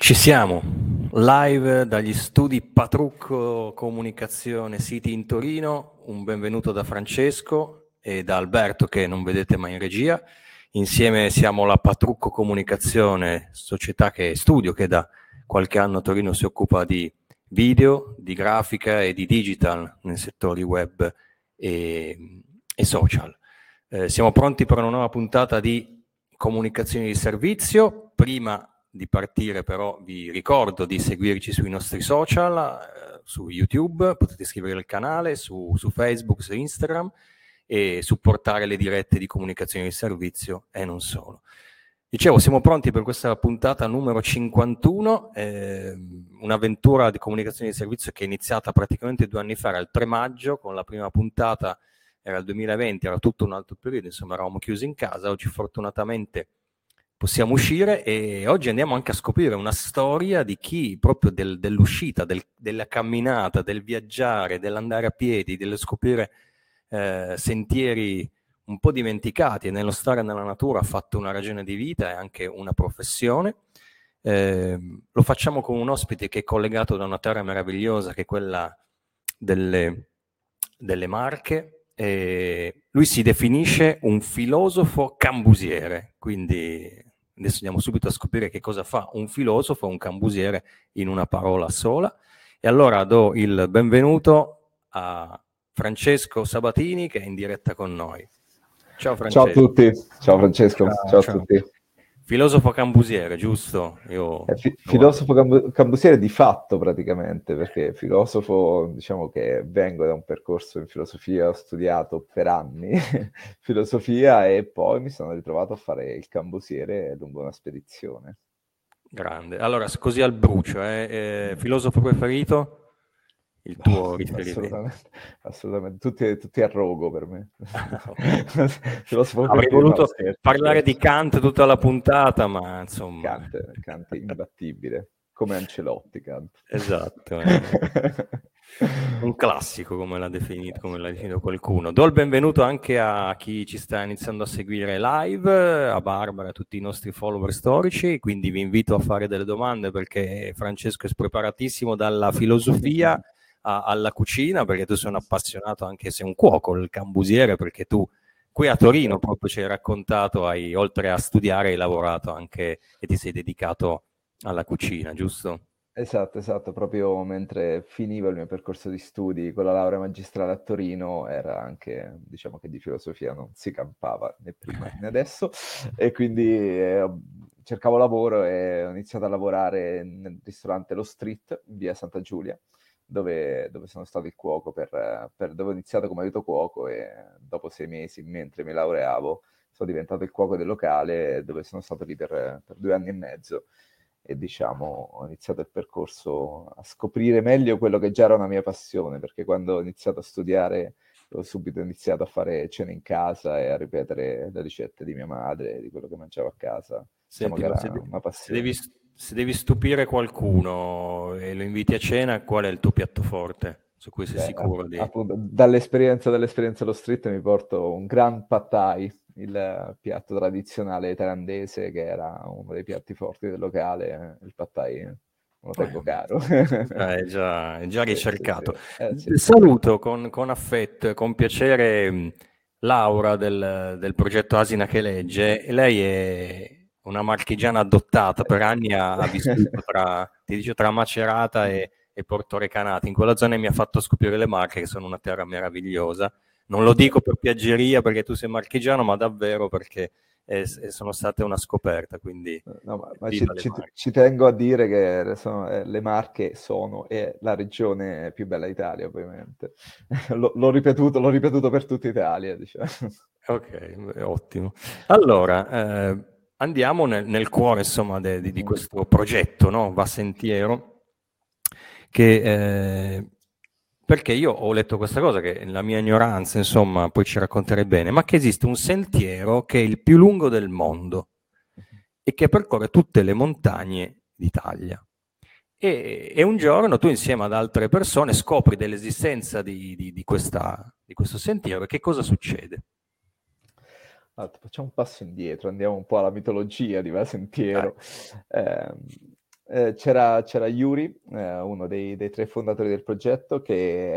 Ci siamo, live dagli studi Patrucco Comunicazione City in Torino. Un benvenuto da Francesco e da Alberto, che non vedete mai in regia. Insieme siamo la Patrucco Comunicazione, società che studio, che da qualche anno a Torino si occupa di video, di grafica e di digital nei settori web e social. Siamo pronti per una nuova puntata di comunicazione di servizio. Prima di partire però vi ricordo di seguirci sui nostri social, su YouTube, potete iscrivervi al canale, su Facebook, su Instagram e supportare le dirette di comunicazione di servizio e non solo. Dicevo, siamo pronti per questa puntata numero 51, un'avventura di comunicazione di servizio che è iniziata praticamente 2 anni fa, era il 3 maggio, con la prima puntata, era il 2020, era tutto un altro periodo, insomma eravamo chiusi in casa. Oggi fortunatamente possiamo uscire e oggi andiamo anche a scoprire una storia di chi proprio dell'uscita, della camminata, del viaggiare, dell'andare a piedi, dello scoprire sentieri un po' dimenticati e nello stare nella natura ha fatto una ragione di vita e anche una professione. Lo facciamo con un ospite che è collegato da una terra meravigliosa che è quella delle Marche. Lui si definisce un filosofo cambusiere, quindi adesso andiamo subito a scoprire che cosa fa un filosofo, un cambusiere in una parola sola. E allora do il benvenuto a Francesco Sabatini, che è in diretta con noi. Ciao Francesco. Ciao a tutti, ciao Francesco, ciao a tutti. Filosofo cambusiere, giusto? Filosofo cambusiere di fatto praticamente, perché filosofo, diciamo che vengo da un percorso in filosofia, ho studiato per anni filosofia e poi mi sono ritrovato a fare il cambusiere lungo una spedizione. Grande. Allora, così al brucio, filosofo preferito? Il tuo riferimento? Assolutamente, tutti a rogo per me. Avrei voluto parlare di Kant tutta la puntata, ma insomma... Kant è imbattibile, come Ancelotti Kant. Esatto, un classico come l'ha definito qualcuno. Do il benvenuto anche a chi ci sta iniziando a seguire live, a Barbara, a tutti i nostri follower storici, quindi vi invito a fare delle domande perché Francesco è preparatissimo dalla filosofia alla cucina, perché tu sei un appassionato, anche se un cuoco, il cambusiere, perché tu qui a Torino proprio ci hai raccontato, oltre a studiare hai lavorato anche e ti sei dedicato alla cucina, giusto? Esatto, proprio mentre finivo il mio percorso di studi con la laurea magistrale a Torino, era anche, diciamo che di filosofia non si campava né prima né adesso, e quindi cercavo lavoro e ho iniziato a lavorare nel ristorante Lo Street, in via Santa Giulia, dove sono stato il cuoco, dove ho iniziato come aiuto cuoco e dopo 6 mesi, mentre mi laureavo, sono diventato il cuoco del locale, dove sono stato lì per 2 anni e mezzo. E diciamo ho iniziato il percorso a scoprire meglio quello che già era una mia passione, perché quando ho iniziato a studiare ho subito iniziato a fare cene in casa e a ripetere le ricette di mia madre, di quello che mangiavo a casa. Diciamo Senti, che era una passione. se devi stupire qualcuno e lo inviti a cena, qual è il tuo piatto forte su cui sei sicuro di... Appunto, dall'esperienza allo street mi porto un gran pad thai, il piatto tradizionale thailandese che era uno dei piatti forti del locale, il pad thai lo tengo caro. È già ricercato. Sì. Saluto con affetto e con piacere Laura del progetto Asina che legge. Lei è una marchigiana adottata, per anni ha vissuto tra Macerata e Porto Recanati. In quella zona mi ha fatto scoprire le Marche, che sono una terra meravigliosa. Non lo dico per piaggeria perché tu sei marchigiano, ma davvero perché sono state una scoperta, quindi No, ma viva le Marche. ci tengo a dire che le Marche è la regione più bella d'Italia, ovviamente. L'ho ripetuto per tutta Italia, diciamo. Ok, ottimo. Allora, andiamo nel cuore, insomma, di questo progetto, no? Va Sentiero, che, perché io ho letto questa cosa, che la mia ignoranza, insomma, poi ci racconterei bene, ma che esiste un sentiero che è il più lungo del mondo e che percorre tutte le montagne d'Italia. E un giorno tu insieme ad altre persone scopri dell'esistenza di questo sentiero e che cosa succede? Facciamo un passo indietro, andiamo un po' alla mitologia di Va Sentiero. c'era Yuri, uno dei tre fondatori del progetto, che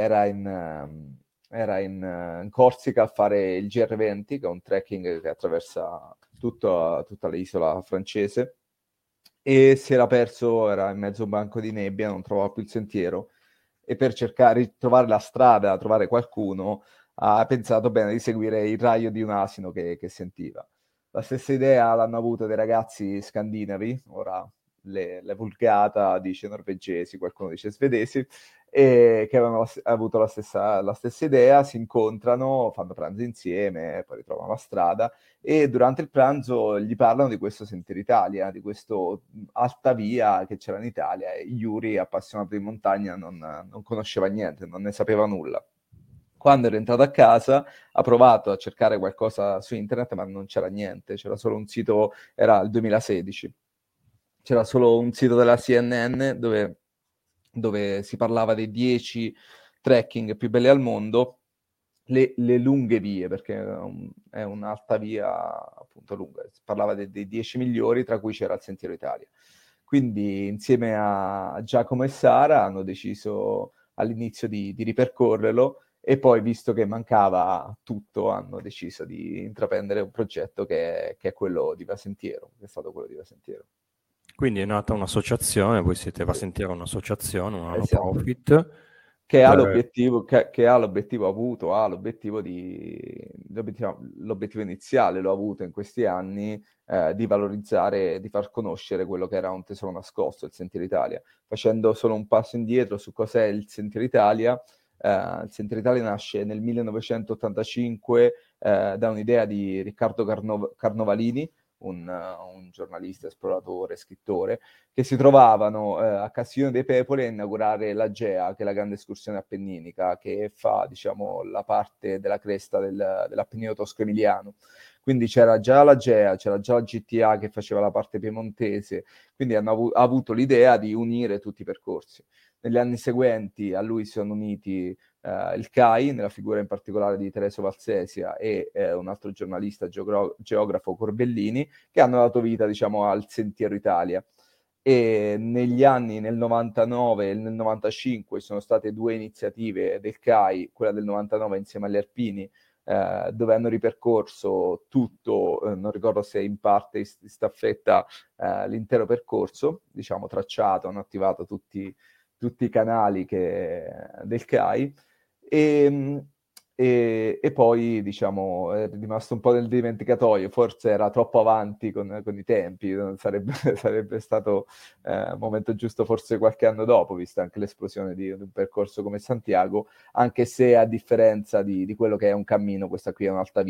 era in Corsica a fare il GR20, che è un trekking che attraversa tutta l'isola francese, e si era perso, era in mezzo a un banco di nebbia, non trovava più il sentiero, e per cercare di trovare la strada, trovare qualcuno, ha pensato bene di seguire il raio di un asino che sentiva. La stessa idea l'hanno avuto dei ragazzi scandinavi, ora le vulgata dice norvegesi, qualcuno dice svedesi, e che avevano avuto la stessa idea, si incontrano, fanno pranzo insieme, poi ritrovano la strada, e durante il pranzo gli parlano di questo Sentiero Italia, di questo alta via che c'era in Italia, e Yuri, appassionato di montagna, non conosceva niente, non ne sapeva nulla. Quando è rientrato a casa ha provato a cercare qualcosa su internet, ma non c'era niente, c'era solo un sito, era il 2016, c'era solo un sito della CNN dove si parlava dei 10 trekking più belli al mondo, le lunghe vie, perché è un'alta via appunto lunga, si parlava dei 10 migliori, tra cui c'era il Sentiero Italia. Quindi insieme a Giacomo e Sara hanno deciso all'inizio di ripercorrerlo, e poi, visto che mancava tutto, hanno deciso di intraprendere un progetto che è quello di Va Sentiero, che è stato quello di Va Sentiero. Quindi è nata un'associazione, voi siete Va Sentiero, un'associazione, una no Esatto. profit, Che ha per... l'obiettivo, che ha l'obiettivo avuto, ha l'obiettivo iniziale, lo ha avuto in questi anni, di valorizzare, di far conoscere quello che era un tesoro nascosto, il Sentiero Italia. Facendo solo un passo indietro su cos'è il Sentiero Italia, il Sentiero Italia nasce nel 1985, da un'idea di Riccardo Carnovalini, un giornalista, esploratore, scrittore, che si trovavano a Castiglione dei Pepoli a inaugurare la GEA, che è la grande escursione appenninica, che fa, diciamo, la parte della cresta dell'Appennino tosco-emiliano. Quindi c'era già la GEA, c'era già la GTA che faceva la parte piemontese, quindi hanno avuto l'idea di unire tutti i percorsi. Negli anni seguenti a lui si sono uniti il CAI, nella figura in particolare di Tereso Valsesia e un altro giornalista geografo Corbellini, che hanno dato vita, diciamo, al Sentiero Italia. E negli anni, nel 99 e nel 95, ci sono state due iniziative del CAI, quella del 99 insieme agli Alpini, dove hanno ripercorso tutto, non ricordo se in parte in staffetta, l'intero percorso, diciamo tracciato, hanno attivato tutti i canali del CAI, e, e poi, diciamo, è rimasto un po' nel dimenticatoio, forse era troppo avanti con i tempi, sarebbe stato il momento giusto forse qualche anno dopo, vista anche l'esplosione di un percorso come Santiago, anche se a differenza di quello che è un cammino, questa qui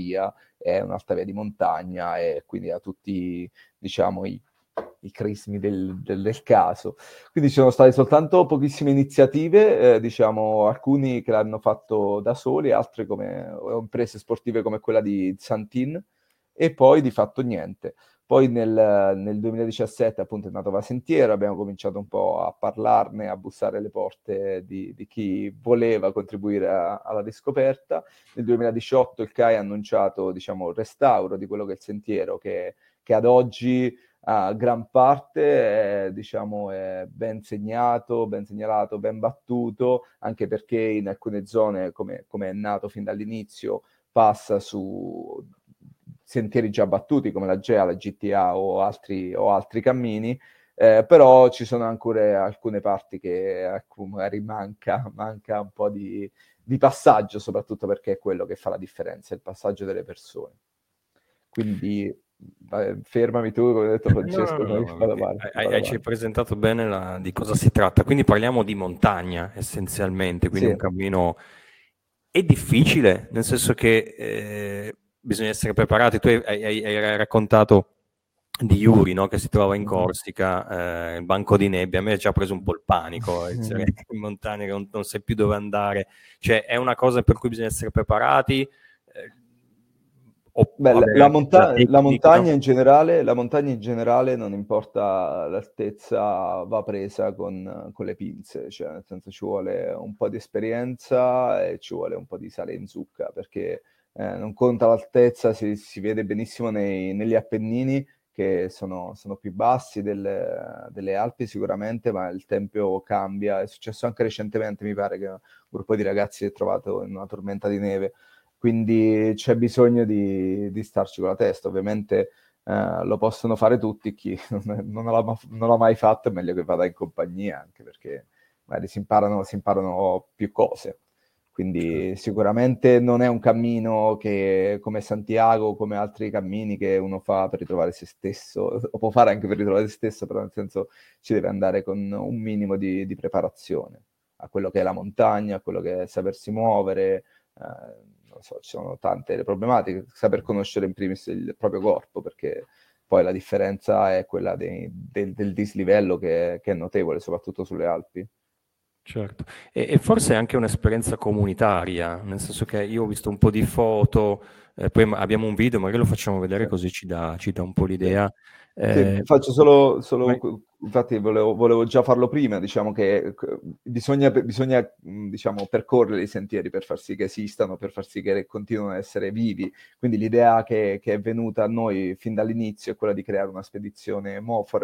è un'alta via di montagna, e quindi ha tutti, diciamo, i crismi del caso. Quindi ci sono state soltanto pochissime iniziative, diciamo, alcuni che l'hanno fatto da soli, altre come o imprese sportive come quella di Santin, e poi di fatto niente. Poi nel 2017 appunto è nato Va Sentiero, abbiamo cominciato un po' a parlarne, a bussare alle porte di chi voleva contribuire alla riscoperta. Nel 2018 il CAI ha annunciato, diciamo, il restauro di quello che è il sentiero, che ad oggi a gran parte è, diciamo, è ben segnato, ben segnalato, ben battuto, anche perché in alcune zone, come è nato fin dall'inizio, passa su sentieri già battuti come la GEA, la GTA o altri cammini, però ci sono ancora alcune parti che magari manca un po' di passaggio, soprattutto perché è quello che fa la differenza, il passaggio delle persone. Quindi fermami tu, come ha detto No, no, Francesco, no, poi no, vado perché avanti, vado ci hai avanti. presentato bene di cosa si tratta. Quindi parliamo di montagna essenzialmente, quindi un Sì. cammino è difficile, nel senso che bisogna essere preparati. Tu hai raccontato di Yuri, no, che si trova in Mhm. Corsica, il banco di nebbia. A me ha già preso un po' il panico, essere in montagna che non sai più dove andare. Cioè, è una cosa per cui bisogna essere preparati, o Beh, avere anche la tecnica. la montagna in generale, non importa l'altezza, va presa con le pinze, cioè nel senso ci vuole un po' di esperienza e ci vuole un po' di sale in zucca, perché non conta l'altezza, si vede benissimo negli Appennini che sono più bassi delle Alpi sicuramente, ma il tempo cambia. È successo anche recentemente, mi pare, che un gruppo di ragazzi si è trovato in una tormenta di neve, quindi c'è bisogno di starci con la testa. Ovviamente lo possono fare tutti, chi non l'ha mai fatto è meglio che vada in compagnia, anche perché magari si imparano più cose. Quindi sicuramente non è un cammino che come Santiago, come altri cammini che uno fa per ritrovare se stesso, o può fare anche per ritrovare se stesso, però nel senso ci deve andare con un minimo di preparazione a quello che è la montagna, a quello che è sapersi muovere, non so, ci sono tante problematiche, saper conoscere in primis il proprio corpo, perché poi la differenza è quella del dislivello che è notevole, soprattutto sulle Alpi. Certo, e forse è anche un'esperienza comunitaria, nel senso che io ho visto un po' di foto, poi abbiamo un video, magari lo facciamo vedere Sì. così ci dà un po' Sì. l'idea. Sì, Eh, faccio vai. infatti volevo già farlo prima, diciamo che bisogna, diciamo, percorrere i sentieri per far sì che esistano, per far sì che continuino ad essere vivi. Quindi l'idea che è venuta a noi fin dall'inizio è quella di creare una spedizione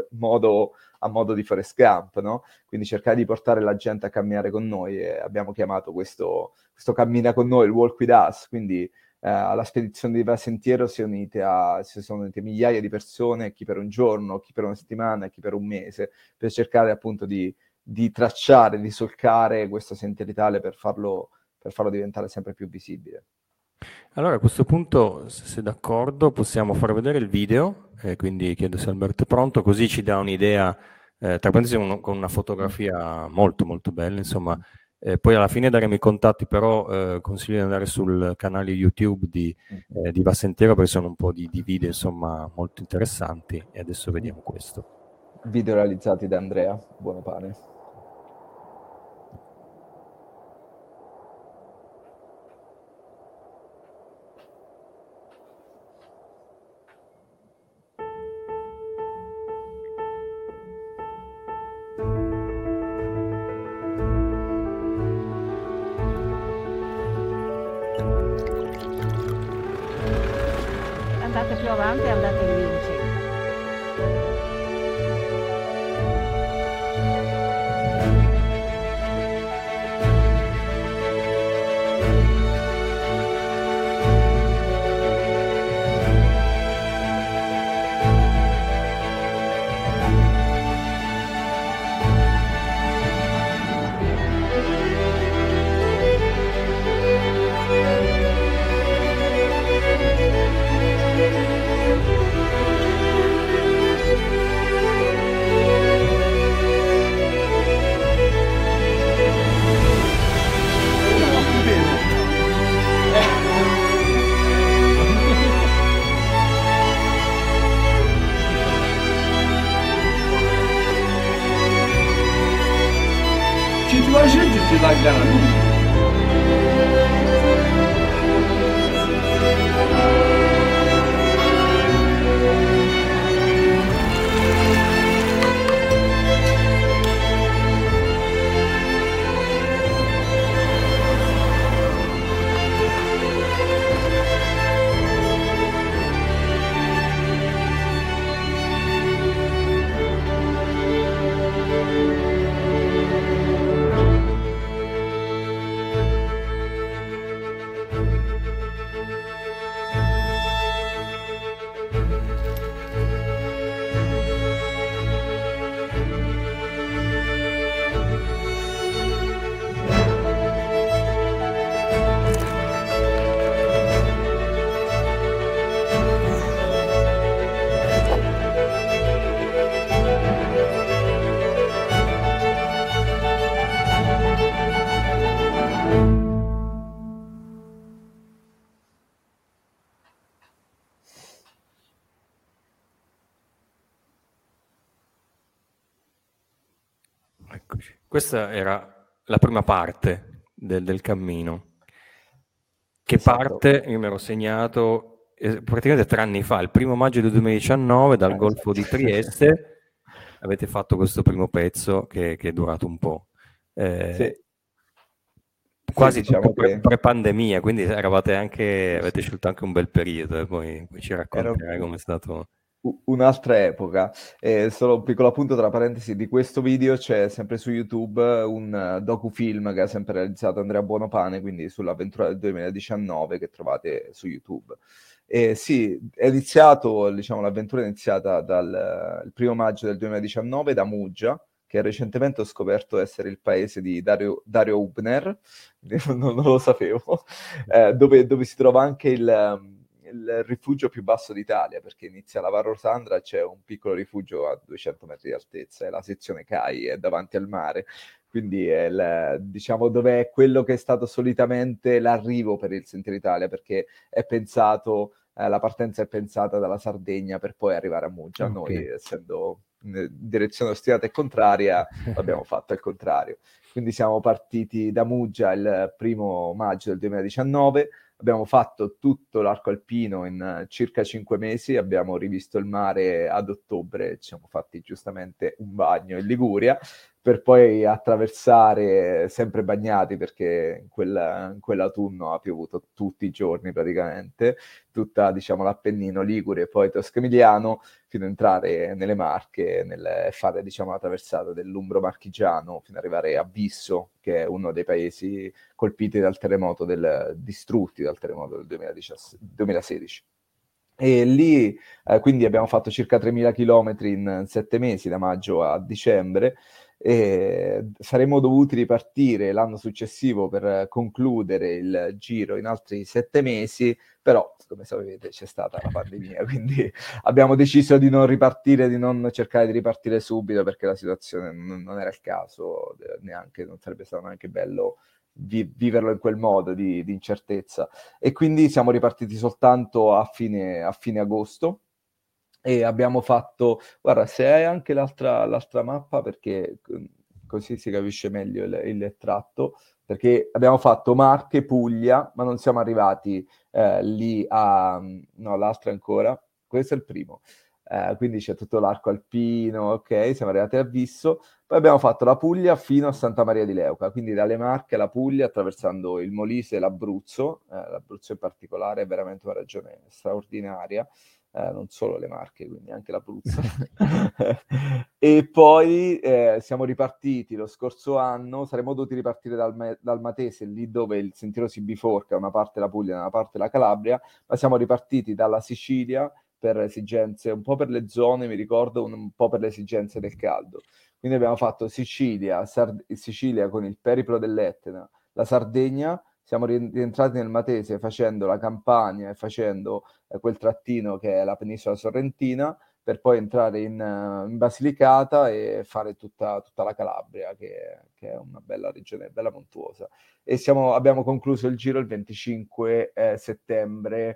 a modo di Forest Gump, no? Quindi cercare di portare la gente a camminare con noi, e abbiamo chiamato questo cammina con noi, il Walk with Us, quindi alla spedizione di Va Sentiero si sono unite migliaia di persone, chi per un giorno, chi per una settimana, chi per un mese, per cercare appunto di tracciare, di solcare questo sentiero tale per farlo diventare sempre più visibile. Allora a questo punto, se sei d'accordo, possiamo far vedere il video, quindi chiedo se Alberto è pronto, così ci dà un'idea, tra parentesi con una fotografia molto molto bella, insomma. Poi alla fine daremo i contatti, però consiglio di andare sul canale YouTube di Va Sentiero, perché sono un po' di video, insomma, molto interessanti, e adesso vediamo questo. Video realizzati da Andrea Buonapane. Andate più avanti e andate in lince. Tu t'imagines, tu te la gagne. Eccoci. Questa era la prima parte del cammino. Che Esatto. parte, io mi ero segnato praticamente 3 anni fa, il 1° maggio del 2019, dal Golfo di Esatto. Trieste, avete fatto questo primo pezzo che è durato un po'. Sì. Quasi diciamo tutto che pre-pandemia, quindi avete scelto anche un bel periodo, e poi ci era racconterai com'è stato. un'altra epoca. Solo un piccolo appunto tra parentesi, di questo video c'è sempre su YouTube un docufilm che ha sempre realizzato Andrea Buonopane, quindi sull'avventura del 2019 che trovate su YouTube. Sì, è iniziato, diciamo, l'avventura è iniziata dal il 1° maggio del 2019 da Muggia, che recentemente ho scoperto essere il paese di Dario Hübner, non lo sapevo, dove si trova anche il rifugio più basso d'Italia, perché inizia la Varro Sandra, c'è un piccolo rifugio a 200 metri di altezza, è la sezione CAI, è davanti al mare, quindi è diciamo dove è quello che è stato solitamente l'arrivo per il Sentiero Italia, perché è pensato, la partenza è pensata dalla Sardegna per poi arrivare a Muggia. Ok. Noi, essendo in direzione ostinata e contraria, l'abbiamo fatto al contrario. Quindi siamo partiti da Muggia il 1° maggio del 2019, abbiamo fatto tutto l'arco alpino in circa 5 mesi, abbiamo rivisto il mare ad ottobre, ci siamo fatti giustamente un bagno in Liguria, per poi attraversare sempre bagnati, perché in quell'autunno ha piovuto tutti i giorni praticamente, tutta, diciamo, l'Appennino Ligure e poi Tosco-Emiliano, fino ad entrare nelle Marche, fare, diciamo, la traversata dell'Umbro Marchigiano fino ad arrivare a Visso, che è uno dei paesi colpiti dal terremoto, distrutti dal terremoto del 2016. E lì, quindi abbiamo fatto circa 3.000 chilometri in 7 mesi, da maggio a dicembre, e saremmo dovuti ripartire l'anno successivo per concludere il giro in altri 7 mesi, però, come sapete, c'è stata la pandemia, quindi abbiamo deciso di non ripartire, di non cercare di ripartire subito, perché la situazione non era il caso, neanche, non sarebbe stato neanche bello viverlo in quel modo di incertezza. E quindi siamo ripartiti soltanto a fine agosto e abbiamo fatto, guarda, se hai anche l'altra mappa, perché così si capisce meglio il tratto, perché abbiamo fatto Marche, Puglia, ma non siamo arrivati lì no, l'altra ancora, questo è il primo. Quindi c'è tutto l'arco alpino, ok, siamo arrivati a Visso, poi abbiamo fatto la Puglia fino a Santa Maria di Leuca, quindi dalle Marche alla Puglia, attraversando il Molise e l'Abruzzo, l'Abruzzo in particolare è veramente una regione straordinaria, non solo le Marche, quindi anche l'Abruzzo. E poi siamo ripartiti lo scorso anno, saremmo dovuti ripartire dal Matese, lì dove il sentiero si biforca, una parte la Puglia e una parte la Calabria, ma siamo ripartiti dalla Sicilia per esigenze, un po' per le zone, mi ricordo, un po' per le esigenze del caldo. Quindi abbiamo fatto Sicilia con il periplo dell'Etna, la Sardegna, siamo rientrati nel Matese facendo la Campania e facendo quel trattino che è la penisola sorrentina, per poi entrare in Basilicata e fare tutta la Calabria, che è una bella regione, bella montuosa. E abbiamo concluso il giro il 25 settembre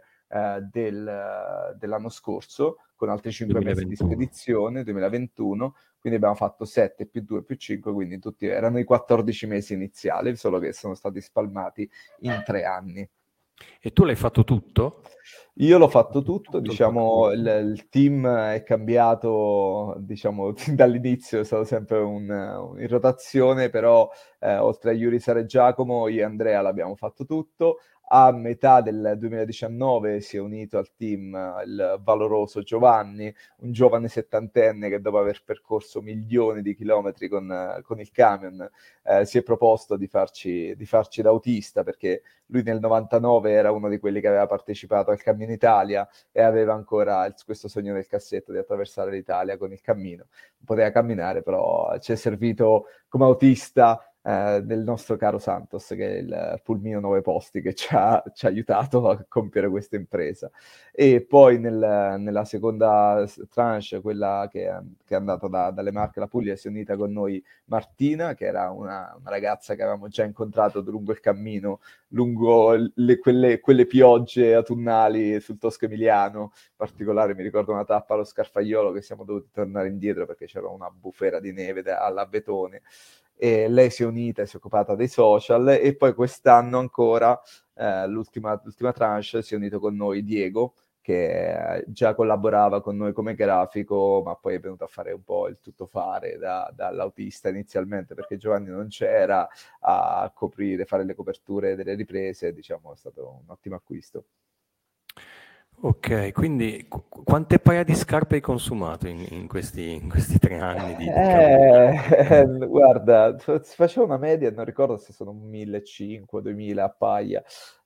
dell'anno scorso, con altri 5 mesi di 2021. spedizione, 2021, quindi abbiamo fatto 7 più 2 più 5, quindi tutti erano i 14 mesi iniziali, solo che sono stati spalmati in 3 anni. E tu l'hai fatto tutto? Io l'ho fatto tutto, il diciamo, percorso? il team è cambiato, diciamo, fin dall'inizio, è stato sempre in rotazione, però oltre a Yuri Sara e Giacomo, io e Andrea l'abbiamo fatto tutto. A metà del 2019 si è unito al team il valoroso Giovanni, un giovane settantenne che dopo aver percorso milioni di chilometri con il camion si è proposto di farci da autista, perché lui nel 99 era uno di quelli che aveva partecipato al Cammino Italia e aveva ancora questo sogno nel cassetto di attraversare l'Italia con il cammino. Non poteva camminare, però ci è servito come autista del nostro caro Santos, che è il pulmino 9 posti che ci ha aiutato a compiere questa impresa. E poi nella seconda tranche, quella che è andata dalle Marche alla Puglia, si è unita con noi Martina, che era una ragazza che avevamo già incontrato lungo il cammino, lungo quelle piogge autunnali sul Tosco Emiliano. In particolare mi ricordo una tappa allo Scarfaiolo che siamo dovuti tornare indietro perché c'era una bufera di neve all'Abetone. E lei si è unita, si è occupata dei social, e poi quest'anno ancora, l'ultima tranche, si è unito con noi Diego, che già collaborava con noi come grafico, ma poi è venuto a fare un po' il tuttofare dall'autista inizialmente, perché Giovanni non c'era a coprire, fare le coperture delle riprese, diciamo, è stato un ottimo acquisto. Ok, quindi quante paia di scarpe hai consumato in questi 3 anni di camminate? Guarda, si faceva una media, non ricordo se sono 1.500, 2.000 a paia.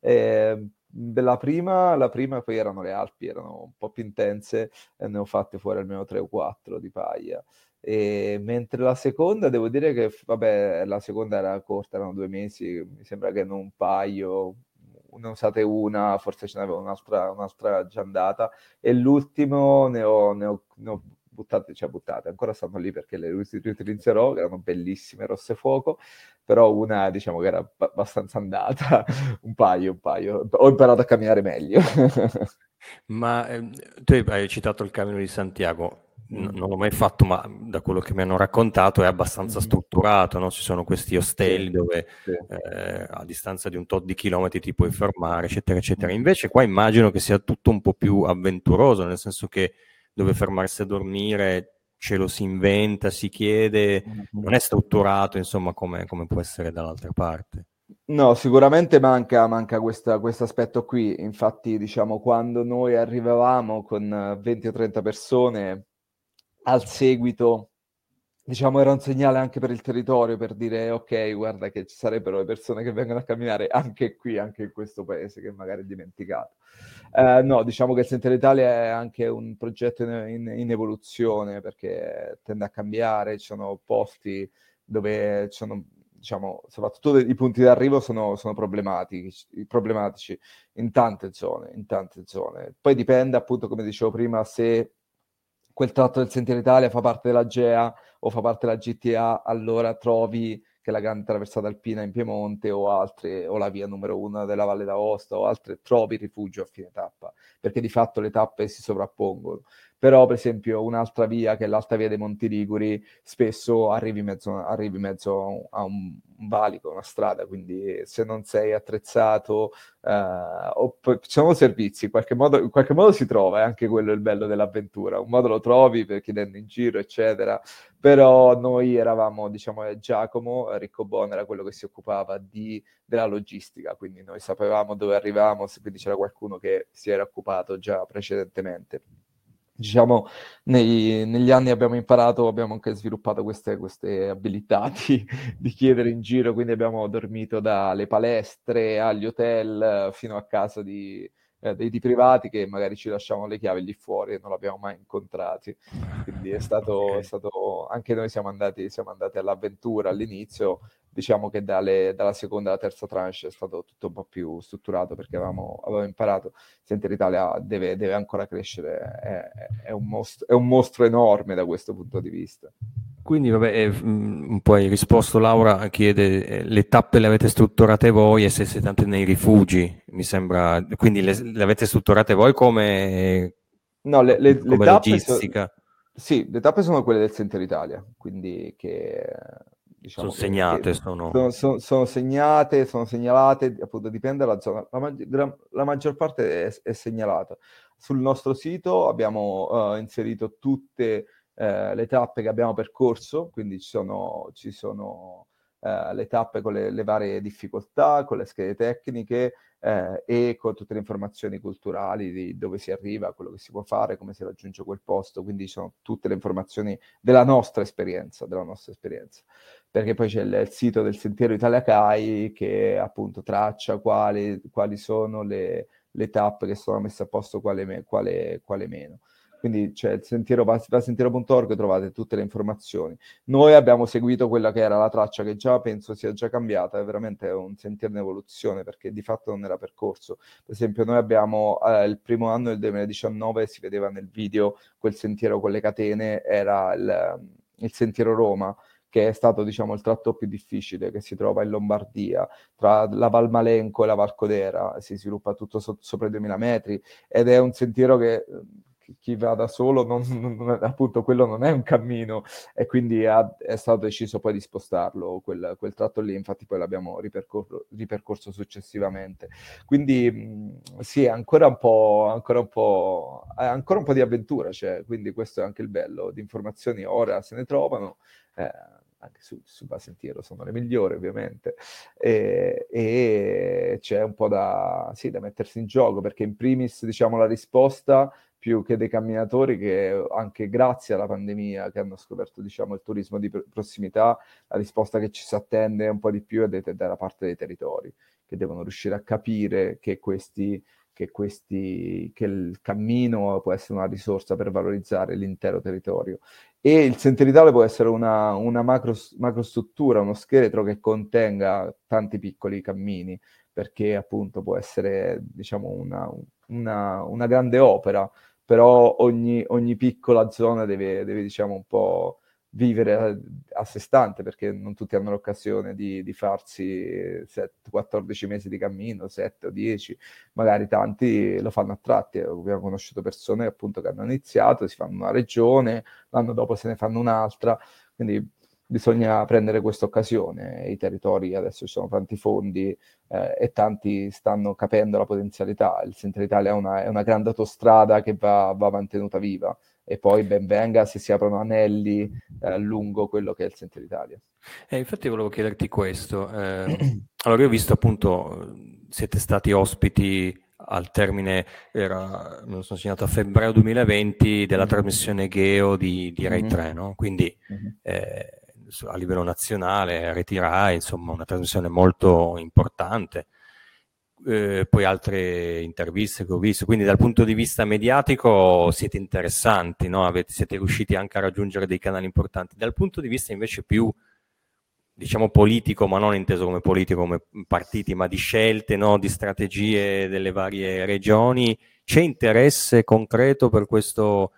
La prima poi erano le Alpi, erano un po' più intense e ne ho fatte fuori almeno 3 o 4 di paia. Mentre la seconda, devo dire che, vabbè, la seconda era corta, erano 2 mesi, mi sembra che non un paio, ne ho usate una, forse ce n'avevo un'altra già andata, e l'ultimo ne ho buttate, cioè buttate, ancora stanno lì perché le riutilizzerò, che erano bellissime, rosse fuoco, però una diciamo che era abbastanza andata, un paio, ho imparato a camminare meglio. Ma tu hai citato il Camino di Santiago, Mm. non l'ho mai fatto, ma da quello che mi hanno raccontato è abbastanza Mhm. strutturato, no? Ci sono questi Sì, ostelli dove sì. a distanza di un tot di chilometri ti puoi fermare, eccetera, eccetera. Mhm. Invece qua immagino che sia tutto un po' più avventuroso, nel senso che dove fermarsi a dormire ce lo si inventa, si chiede, Mhm. non è strutturato, insomma, come può essere dall'altra parte. No, sicuramente manca questo aspetto qui. Infatti, diciamo, quando noi arrivavamo con 20 o 30 persone al seguito, diciamo, era un segnale anche per il territorio per dire, ok, guarda che ci sarebbero le persone che vengono a camminare anche qui, anche in questo paese che magari è dimenticato. No, diciamo che il Sentiero d'Italia è anche un progetto in evoluzione perché tende a cambiare, ci sono posti dove ci sono, diciamo, soprattutto i punti d'arrivo sono problematici in tante zone, in tante zone. Poi dipende, appunto, come dicevo prima, se quel tratto del Sentiero Italia fa parte della GEA o fa parte della GTA, allora trovi che la grande traversata alpina in Piemonte o altre, o la via numero 1 della Valle d'Aosta o altre, trovi rifugio a fine tappa, perché di fatto le tappe si sovrappongono. Però, per esempio, un'altra via, che è l'Alta Via dei Monti Liguri, spesso arrivi mezzo a un valico, una strada, quindi se non sei attrezzato, ci sono servizi, in qualche modo si trova, è anche quello il bello dell'avventura, un modo lo trovi per chiedendo in giro, eccetera, però noi eravamo, diciamo, Giacomo Riccobon era quello che si occupava della logistica, quindi noi sapevamo dove arrivavamo, quindi c'era qualcuno che si era occupato già precedentemente. Diciamo, negli anni abbiamo imparato, abbiamo anche sviluppato queste abilità di chiedere in giro, quindi abbiamo dormito dalle palestre agli hotel fino a casa di privati che magari ci lasciavano le chiavi lì fuori e non l'abbiamo mai incontrati. Quindi è Ok. stato, anche noi siamo andati all'avventura all'inizio, diciamo che dalla seconda alla terza tranche è stato tutto un po' più strutturato perché avevamo imparato. Center Italia deve ancora crescere, è un mostro enorme da questo punto di vista. Quindi, vabbè, un po' hai risposto, Laura chiede le tappe le avete strutturate voi e se siete andati nei rifugi, mi sembra, quindi le avete strutturate voi come, No, appunto, le come tappe, logistica, sì, le tappe sono quelle del Center Italia, quindi che sono diciamo che segnate, sono... sono segnate, sono segnalate, appunto dipende dalla zona. La maggior parte è segnalata. Sul nostro sito abbiamo inserito tutte le tappe che abbiamo percorso, quindi ci sono le tappe con le varie difficoltà, con le schede tecniche e con tutte le informazioni culturali di dove si arriva, quello che si può fare, come si raggiunge quel posto, quindi sono tutte le informazioni della nostra esperienza. Perché poi c'è il sito del Sentiero Italia CAI che appunto traccia quali sono le tappe che sono messe a posto, quale meno. Quindi c'è il sentiero, va a sentiero.org, trovate tutte le informazioni. Noi abbiamo seguito quella che era la traccia che già penso sia già cambiata, è veramente un sentiero in evoluzione perché di fatto non era percorso. Per esempio noi abbiamo il primo anno del 2019 si vedeva nel video quel sentiero con le catene, era il sentiero Roma, che è stato diciamo il tratto più difficile che si trova in Lombardia, tra la Val Malenco e la Val Codera, si sviluppa tutto sopra i 2000 metri ed è un sentiero che chi va da solo, appunto quello non è un cammino e quindi è stato deciso poi di spostarlo, quel tratto lì, infatti poi l'abbiamo ripercorso successivamente. Quindi sì, ancora un po' di avventura c'è, quindi questo è anche il bello, di informazioni ora se ne trovano, anche su Basentiero sono le migliori ovviamente, e c'è un po' da mettersi in gioco, perché in primis diciamo la risposta più che dei camminatori, che anche grazie alla pandemia che hanno scoperto diciamo il turismo di prossimità, la risposta che ci si attende un po' di più è dalla parte dei territori, che devono riuscire a capire che che il cammino può essere una risorsa per valorizzare l'intero territorio. E il Centro può essere una macrostruttura, uno scheletro che contenga tanti piccoli cammini, perché appunto può essere, diciamo, una grande opera, però ogni piccola zona deve, diciamo, un po' vivere a sé stante, perché non tutti hanno l'occasione di farsi 14 mesi di cammino, 7 o 10, magari tanti lo fanno a tratti. Abbiamo conosciuto persone appunto che hanno iniziato, si fanno una regione, l'anno dopo se ne fanno un'altra, quindi bisogna prendere questa occasione. I territori, adesso ci sono tanti fondi e tanti stanno capendo la potenzialità. Il Centro Italia è una grande autostrada che va mantenuta viva, e poi ben venga se si aprono anelli lungo quello che è il Centro Italia. Infatti volevo chiederti questo. Allora, io ho visto appunto, siete stati ospiti al termine, me lo sono segnato a febbraio 2020, della trasmissione Geo di Rai 3, no? Quindi a livello nazionale, Reti Rai, insomma, una trasmissione molto importante. Poi altre interviste che ho visto, quindi dal punto di vista mediatico siete interessanti, no? Siete riusciti anche a raggiungere dei canali importanti. Dal punto di vista invece più, diciamo, politico, ma non inteso come politico, come partiti, ma di scelte, no? Di strategie delle varie regioni, c'è interesse concreto per questo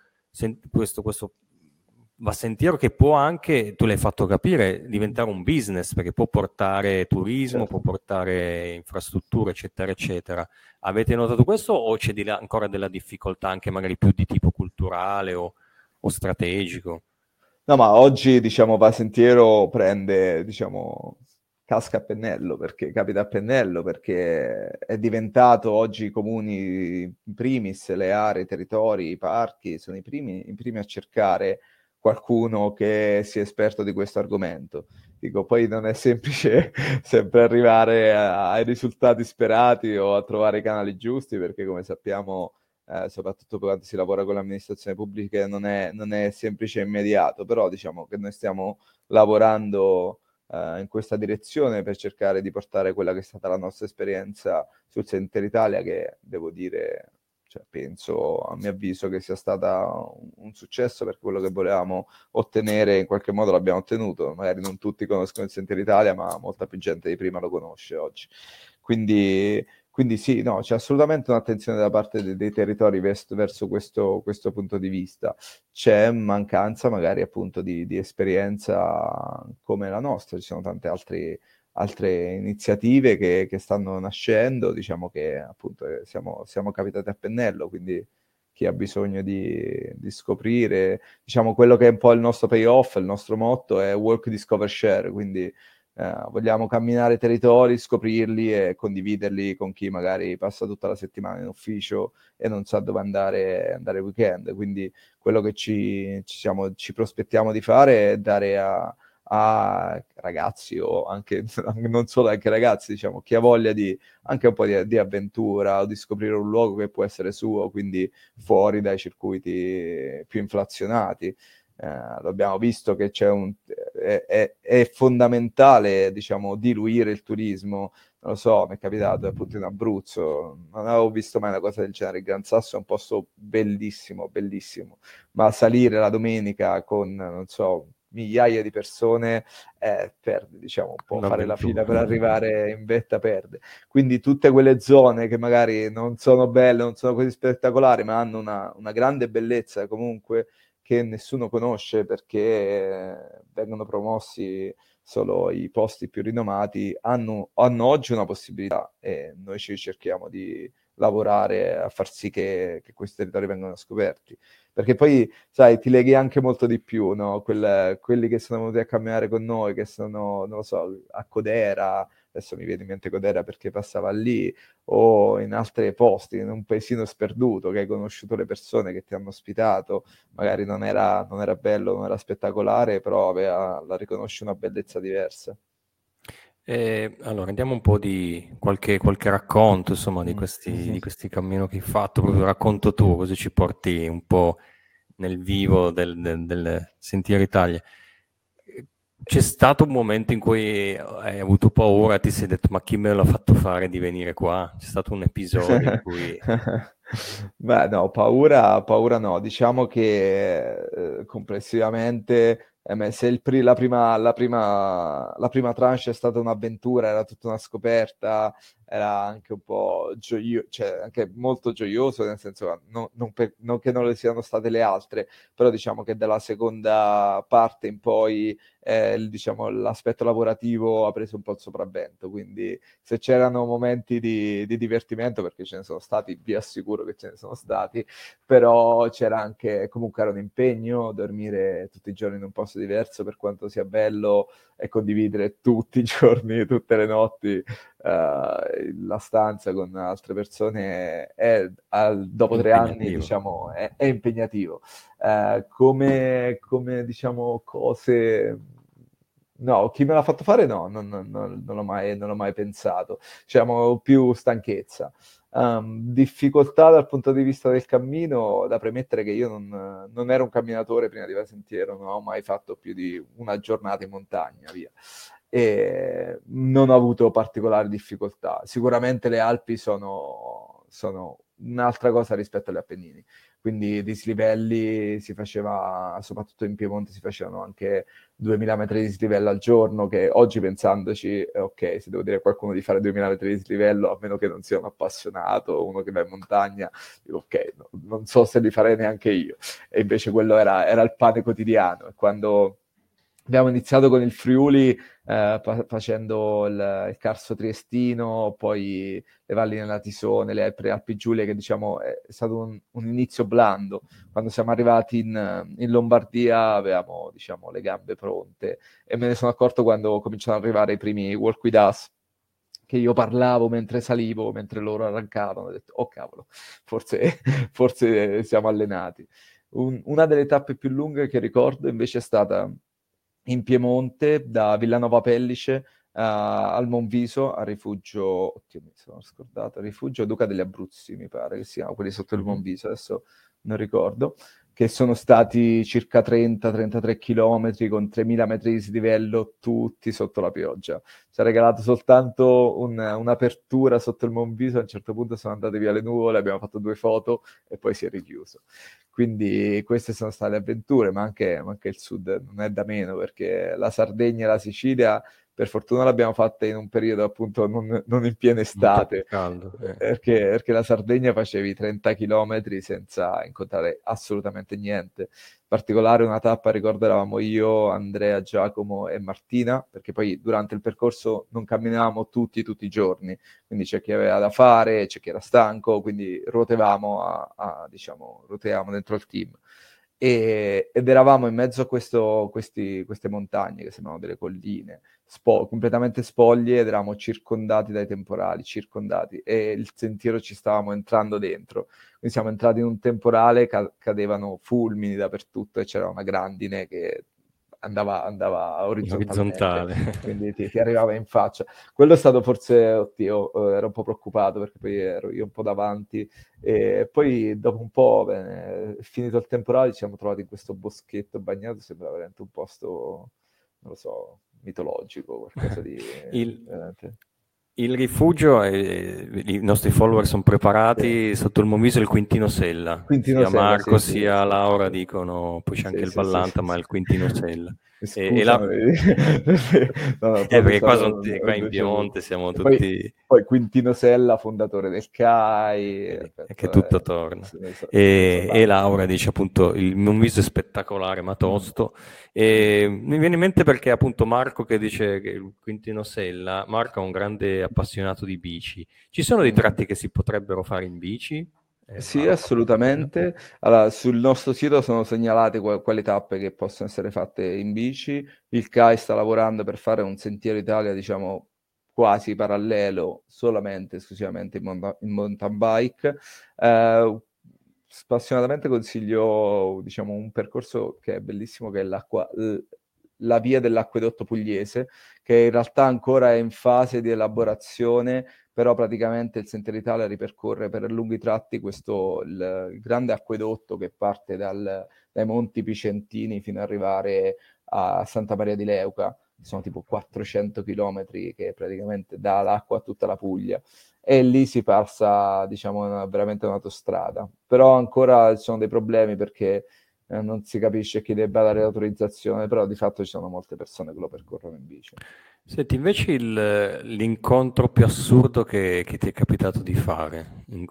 Basentiero, che può anche, tu l'hai fatto capire, diventare un business, perché può portare turismo, può portare infrastrutture, eccetera, eccetera. Avete notato questo, o c'è ancora della difficoltà anche magari più di tipo culturale o strategico? No, ma oggi, diciamo, Basentiero prende, diciamo, casca a pennello, perché capita a pennello, perché è diventato oggi i comuni in primis, le aree, i territori, i parchi, sono i primi a cercare qualcuno che sia esperto di questo argomento. Dico, poi non è semplice sempre arrivare ai risultati sperati o a trovare i canali giusti, perché come sappiamo soprattutto quando si lavora con l'amministrazione pubblica non è semplice e immediato, però diciamo che noi stiamo lavorando in questa direzione per cercare di portare quella che è stata la nostra esperienza sul Centro Italia, che devo dire, cioè, penso, a mio avviso, che sia stata un successo, perché quello che volevamo ottenere in qualche modo l'abbiamo ottenuto. Magari non tutti conoscono il Centro Italia, ma molta più gente di prima lo conosce oggi. Quindi sì, no, c'è assolutamente un'attenzione da parte dei territori verso questo punto di vista. C'è mancanza magari appunto di esperienza come la nostra, ci sono tante altre iniziative che stanno nascendo, diciamo che appunto siamo capitati a pennello, quindi chi ha bisogno di scoprire, diciamo, quello che è un po' il nostro payoff, il nostro motto è Walk, Discover, Share, quindi vogliamo camminare i territori, scoprirli e condividerli con chi magari passa tutta la settimana in ufficio e non sa dove andare il weekend. Quindi quello che ci prospettiamo di fare è dare a ragazzi, o anche non solo, anche ragazzi, diciamo, chi ha voglia di anche un po' di avventura o di scoprire un luogo che può essere suo, quindi fuori dai circuiti più inflazionati. Abbiamo visto che è fondamentale, diciamo, diluire il turismo. Non lo so, mi è capitato appunto in Abruzzo, non avevo visto mai una cosa del genere. Il Gran Sasso è un posto bellissimo, bellissimo, ma salire la domenica con, non so, migliaia di persone perde, diciamo, un po', fare la fila per arrivare in vetta perde. Quindi tutte quelle zone che magari non sono belle, non sono così spettacolari, ma hanno una grande bellezza comunque, che nessuno conosce perché vengono promossi solo i posti più rinomati, hanno oggi una possibilità, e noi ci cerchiamo di lavorare a far sì che questi territori vengano scoperti. Perché poi, sai, ti leghi anche molto di più, no? Quelli che sono venuti a camminare con noi, che sono, non lo so, a Codera, adesso mi viene in mente Codera perché passava lì, o in altri posti, in un paesino sperduto, che hai conosciuto le persone che ti hanno ospitato, magari non era bello, non era spettacolare, però la riconosci una bellezza diversa. Allora, andiamo un po' di qualche racconto, insomma, di Mhm. questi cammini che hai fatto, proprio racconto tu, così ci porti un po' nel vivo del Sentiero Italia. C'è stato un momento in cui hai avuto paura, ti sei detto, ma chi me l'ha fatto fare di venire qua? C'è stato un episodio in cui... Beh, no, paura no. Diciamo che complessivamente, se la prima tranche è stata un'avventura, era tutta una scoperta, era anche un po' gioioso, cioè anche molto gioioso, nel senso che non che non le siano state le altre, però diciamo che dalla seconda parte in poi diciamo, l'aspetto lavorativo ha preso un po' il sopravvento, quindi se c'erano momenti di divertimento, perché ce ne sono stati, vi assicuro che ce ne sono stati, però c'era anche, comunque era un impegno dormire tutti i giorni in un posto diverso, per quanto sia bello, e condividere tutti i giorni, tutte le notti, la stanza con altre persone, dopo 3 anni, Impegnativo. diciamo, è impegnativo. Come diciamo cose... No, chi me l'ha fatto fare no, non l'ho mai pensato. Diciamo più stanchezza. Difficoltà dal punto di vista del cammino, da premettere che io non ero un camminatore prima di Va Sentiero, non ho mai fatto più di una giornata in montagna, via. E non ho avuto particolari difficoltà. Sicuramente le Alpi sono un'altra cosa rispetto agli Appennini, quindi dislivelli si faceva, soprattutto in Piemonte, si facevano anche 2000 metri di dislivello al giorno, che oggi pensandoci, ok, se devo dire a qualcuno di fare 2000 metri di dislivello, a meno che non sia un appassionato, uno che va in montagna, dico, ok, no, non so se li farei neanche io. E invece quello era il pane quotidiano. E quando abbiamo iniziato con il Friuli, facendo il Carso Triestino, poi le Valli nella Tisone, le Alpi Giulie, che diciamo è stato un inizio blando. Quando siamo arrivati in Lombardia avevamo, diciamo, le gambe pronte, e me ne sono accorto quando cominciano ad arrivare i primi Walk With Us, che io parlavo mentre salivo, mentre loro arrancavano. Ho detto, oh cavolo, forse, forse siamo allenati. Una delle tappe più lunghe che ricordo invece è stata in Piemonte, da Villanova Pellice al Monviso, al rifugio, oddio, mi sono scordato, il rifugio Duca degli Abruzzi, mi pare che siano quelli sotto il Mhm. Monviso, adesso non ricordo, che sono stati circa 30-33 chilometri con 3000 metri di dislivello, tutti sotto la pioggia. Ci ha regalato soltanto un'apertura sotto il Monviso, a un certo punto sono andate via le nuvole, abbiamo fatto 2 foto e poi si è richiuso. Quindi queste sono state le avventure, ma anche il sud non è da meno, perché la Sardegna e la Sicilia, per fortuna l'abbiamo fatta in un periodo appunto non in piena Un po' più estate, caldo. perché la Sardegna facevi 30 km senza incontrare assolutamente niente. In particolare una tappa, ricordo, eravamo io, Andrea, Giacomo e Martina, perché poi durante il percorso non camminavamo tutti i giorni, quindi c'è chi aveva da fare, c'è chi era stanco, quindi ruotavamo diciamo, ruotavamo dentro il team. Ed eravamo in mezzo a queste montagne che sembravano delle colline, completamente spoglie, ed eravamo circondati dai temporali, circondati, e il sentiero ci stavamo entrando dentro. Quindi siamo entrati in un temporale, cadevano fulmini dappertutto e c'era una grandine che andava orizzontalmente, Orizzontale. quindi ti arrivava in faccia. Quello è stato forse, oddio, ero un po' preoccupato perché poi ero io un po' davanti, e poi dopo un po', bene, finito il temporale, ci siamo trovati in questo boschetto bagnato, sembrava veramente un posto, non lo so, mitologico, qualcosa di Il, veramente... il rifugio, i nostri follower sono Sì. preparati, sotto il Monviso è il Quintino Sella, Quintino sia Sella, Marco sì, sì, sia sì, Laura sì. dicono, poi c'è anche Sì, il sì, sì, Vallanta, sì, ma è sì. il Quintino Sella. E la... Scusami, no, no, proprio è perché qua, stato qua un in déjà vu. Piemonte siamo E poi, tutti... poi Quintino Sella, fondatore del CAI, Vedi, è che perfetto, tutto torna. se ne so E tanto. Laura dice appunto il Monviso è spettacolare ma Mm, tosto. mm, E mi viene in mente perché appunto Marco che dice che il Quintino Sella, Marco è un grande appassionato di bici. Ci sono dei mm. tratti che si potrebbero fare in bici? Sì, Marco, per curiosità. assolutamente. Allora, sul nostro sito sono segnalate quelle tappe che possono essere fatte in bici. Il CAI sta lavorando per fare un Sentiero Italia, diciamo, quasi parallelo solamente, esclusivamente in mountain bike. Spassionatamente consiglio, diciamo, un percorso che è bellissimo, che è la via dell'acquedotto pugliese, che in realtà ancora è in fase di elaborazione, però praticamente il Sentiero d'Italia ripercorre per lunghi tratti il grande acquedotto che parte dai Monti Picentini fino ad arrivare a Santa Maria di Leuca. Sono tipo 400 chilometri che praticamente dà l'acqua a tutta la Puglia, e lì si passa, diciamo, veramente un'autostrada. Però ancora ci sono dei problemi perché non si capisce chi debba dare l'autorizzazione, però di fatto ci sono molte persone che lo percorrono in bici. Senti, invece l'incontro più assurdo che ti è capitato di fare in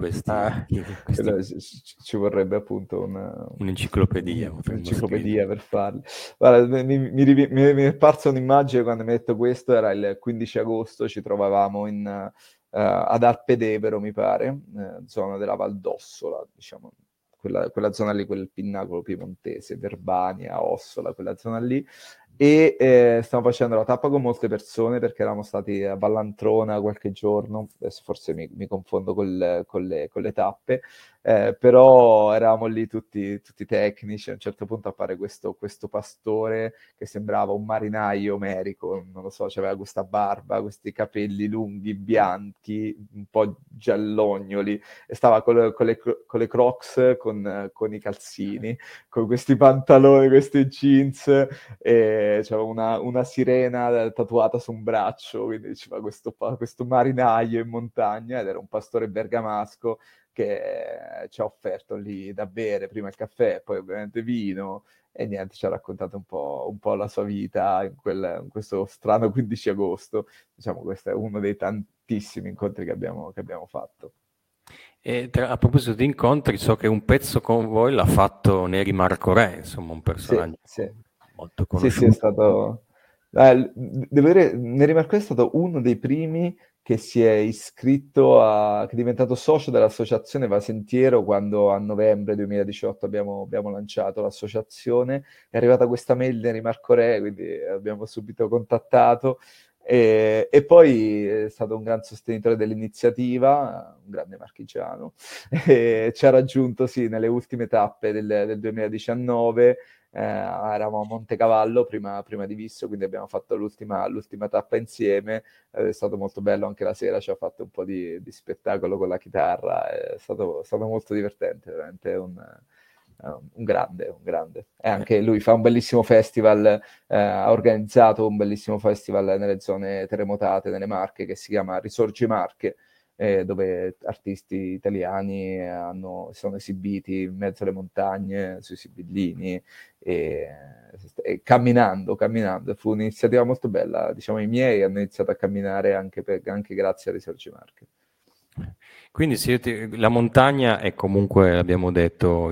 Ci vorrebbe appunto un'enciclopedia, potremmo un'enciclopedia scrivere. per farli. Guarda, mi è apparsa un'immagine quando mi hai detto questo, era il 15 agosto, ci trovavamo ad Alpedevero, mi pare, zona della Valdossola, diciamo, quella zona lì, quel pinnacolo piemontese, Verbania, Ossola, quella zona lì. E stiamo facendo la tappa con molte persone perché eravamo stati a Vallantrona qualche giorno, adesso forse mi confondo con le tappe, però eravamo lì tutti tecnici. A un certo punto appare questo pastore che sembrava un marinaio omerico, non lo so, aveva questa barba, questi capelli lunghi, bianchi, un po' giallognoli, e stava con le Crocs, con i calzini, con questi pantaloni, questi jeans, e c'era una sirena tatuata su un braccio, quindi diceva questo marinaio in montagna, ed era un pastore bergamasco che ci ha offerto lì da bere, prima il caffè, poi ovviamente vino, e niente, ci ha raccontato un po' la sua vita in questo strano 15 agosto. Diciamo, questo è uno dei tantissimi incontri che abbiamo fatto. E a proposito di incontri, so che un pezzo con voi l'ha fatto Neri Marco Re, insomma un Sì, personaggio sì. molto Sì, è conosciuto. stato... devo dire, Neri Marco è stato uno dei primi che si è iscritto che è diventato socio dell'associazione Va Sentiero quando a novembre 2018 abbiamo lanciato l'associazione. È arrivata questa mail di Neri Marco Re, quindi abbiamo subito contattato, e poi è stato un gran sostenitore dell'iniziativa, un grande marchigiano, e ci ha raggiunto, sì, nelle ultime tappe del 2019. Eravamo a Montecavallo prima di Visso, quindi abbiamo fatto l'ultima tappa insieme. È stato molto bello, anche la sera ci ha fatto un po' di spettacolo con la chitarra, è stato molto divertente, veramente un grande. E anche lui fa un bellissimo festival, ha organizzato un bellissimo festival nelle zone terremotate, nelle Marche, che si chiama Risorgi Marche, dove artisti italiani si sono esibiti in mezzo alle montagne, sui Sibillini, e camminando. Fu un'iniziativa molto bella. Diciamo, i miei hanno iniziato a camminare anche grazie a Risorgi Marche. Quindi la montagna è comunque, abbiamo detto,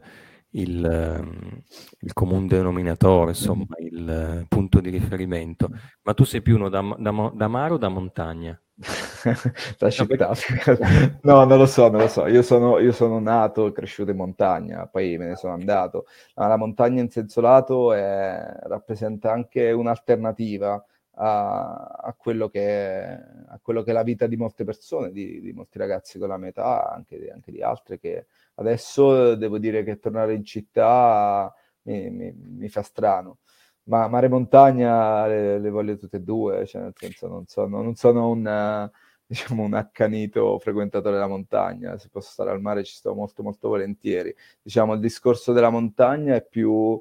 il comune denominatore, insomma, il punto di riferimento. Ma tu sei più uno da mare o da montagna? La No, città. No, non lo so. Io sono nato e cresciuto in montagna, poi me ne sono andato. Ma la montagna in senso lato rappresenta anche un'alternativa a quello che è la vita di molte persone, di molti ragazzi con la mia età, anche di altre, che adesso devo dire che tornare in città mi fa strano. Ma mare e montagna le voglio tutte e due, cioè nel senso non sono diciamo, un accanito frequentatore della montagna. Se posso stare al mare ci sto molto molto volentieri. Diciamo, il discorso della montagna è più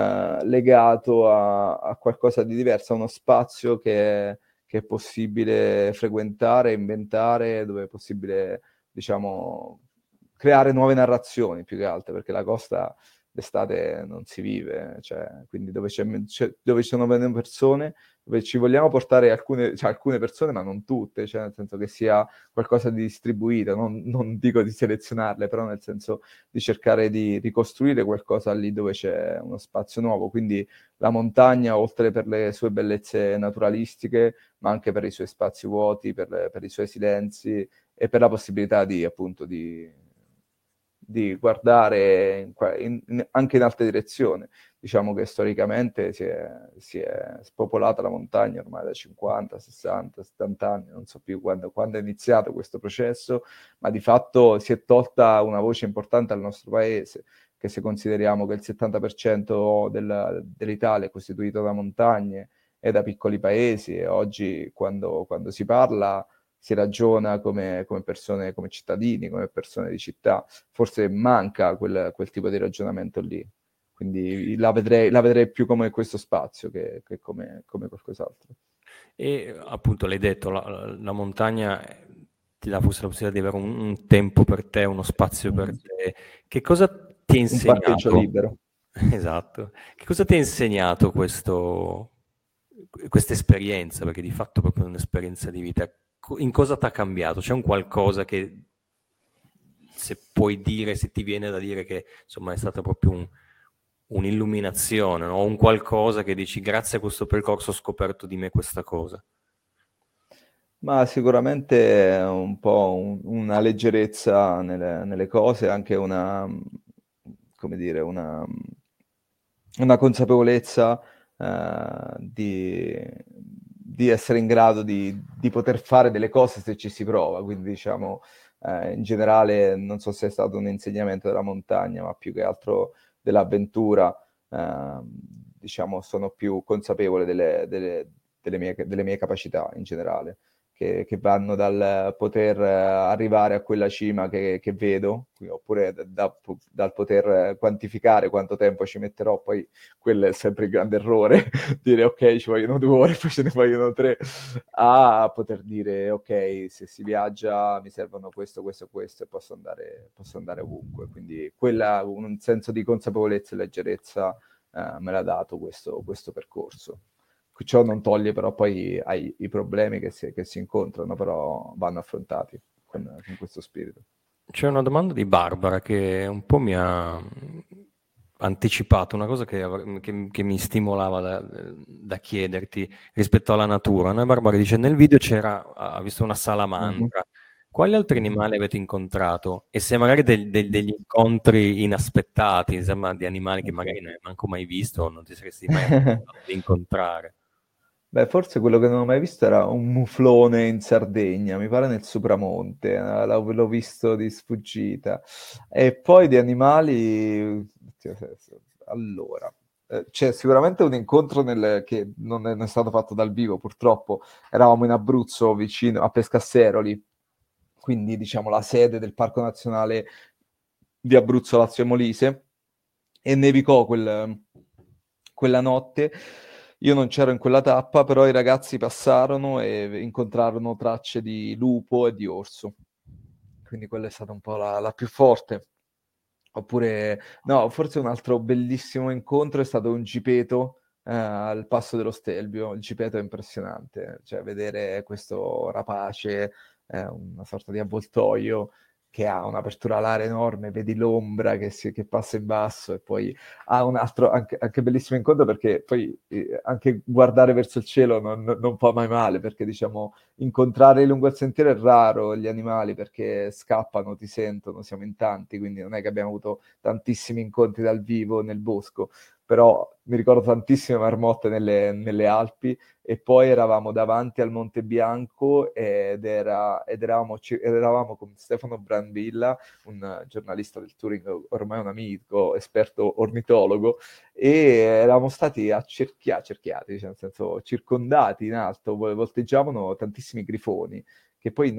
legato a qualcosa di diverso, a uno spazio che è possibile frequentare, inventare, dove è possibile, diciamo, creare nuove narrazioni più che altro, perché la costa d'estate non si vive, cioè, quindi dove ci sono meno persone, dove ci vogliamo portare alcune persone, ma non tutte, cioè nel senso che sia qualcosa di distribuito, non dico di selezionarle, però nel senso di cercare di ricostruire qualcosa lì dove c'è uno spazio nuovo. Quindi la montagna, oltre per le sue bellezze naturalistiche, ma anche per i suoi spazi vuoti, per i suoi silenzi, e per la possibilità di di guardare anche in altre direzioni. Diciamo che storicamente si è spopolata la montagna ormai da 50, 60, 70 anni, non so più quando è iniziato questo processo, ma di fatto si è tolta una voce importante al nostro paese, che se consideriamo che il 70% dell'Italia è costituito da montagne e da piccoli paesi, e oggi quando si parla si ragiona come persone, come cittadini, come persone di città, forse manca quel tipo di ragionamento lì. Quindi la vedrei più come questo spazio che come qualcos'altro. E appunto l'hai detto, la montagna ti dà forse la possibilità di avere un tempo per te, uno spazio per te. Che cosa ti ha insegnato? Un parcheggio libero. Esatto. Che cosa ti ha insegnato questa esperienza? Perché di fatto è proprio un'esperienza di vita. In cosa ti ha cambiato? C'è un qualcosa che, se puoi dire, se ti viene da dire che insomma è stata proprio un'illuminazione, no? Un qualcosa che dici grazie a questo percorso ho scoperto di me questa cosa? Ma sicuramente un po' una leggerezza nelle cose, anche come dire, una consapevolezza di essere in grado di poter fare delle cose se ci si prova. Quindi diciamo, in generale, non so se è stato un insegnamento della montagna, ma più che altro dell'avventura, diciamo, sono più consapevole delle mie capacità in generale, che vanno dal poter arrivare a quella cima che vedo, oppure dal poter quantificare quanto tempo ci metterò. Poi quello è sempre il grande errore, dire ok, ci vogliono 2 ore, poi ce ne vogliono 3, a poter dire ok, se si viaggia mi servono questo e posso andare ovunque. Quindi un senso di consapevolezza e leggerezza me l'ha dato questo percorso. Ciò non toglie però poi i problemi che si incontrano, però vanno affrontati con questo spirito. C'è una domanda di Barbara che un po' mi ha anticipato una cosa che mi stimolava da chiederti rispetto alla natura. No? Barbara dice, nel video ha visto una salamandra. Quali altri animali avete incontrato? E se magari degli incontri inaspettati, insomma, di animali che magari non hai manco mai visto o non ti saresti mai aspettato di incontrare? Beh, forse quello che non ho mai visto era un muflone in Sardegna, mi pare nel Supramonte, l'ho visto di sfuggita. E poi di animali, allora, c'è sicuramente un incontro che non è stato fatto dal vivo, purtroppo. Eravamo in Abruzzo, vicino a Pescasseroli, quindi diciamo la sede del Parco Nazionale di Abruzzo, Lazio e Molise, e nevicò quella notte. Io non c'ero in quella tappa, però i ragazzi passarono e incontrarono tracce di lupo e di orso. Quindi quella è stata un po' la più forte. Oppure, no, forse un altro bellissimo incontro è stato un gipeto al Passo dello Stelvio. Il gipeto è impressionante, cioè vedere questo rapace, una sorta di avvoltoio, che ha un'apertura alare enorme, vedi l'ombra che passa in basso, e poi ha un altro anche bellissimo incontro, perché poi anche guardare verso il cielo non fa mai male, perché diciamo incontrare lungo il sentiero è raro gli animali, perché scappano, ti sentono, siamo in tanti, quindi non è che abbiamo avuto tantissimi incontri dal vivo nel bosco, però mi ricordo tantissime marmotte nelle Alpi. E poi eravamo davanti al Monte Bianco ed eravamo con Stefano Brambilla, un giornalista del Touring, ormai un amico, esperto ornitologo, e eravamo stati cerchiati, cioè nel senso circondati in alto, volteggiavano tantissimi grifoni, che poi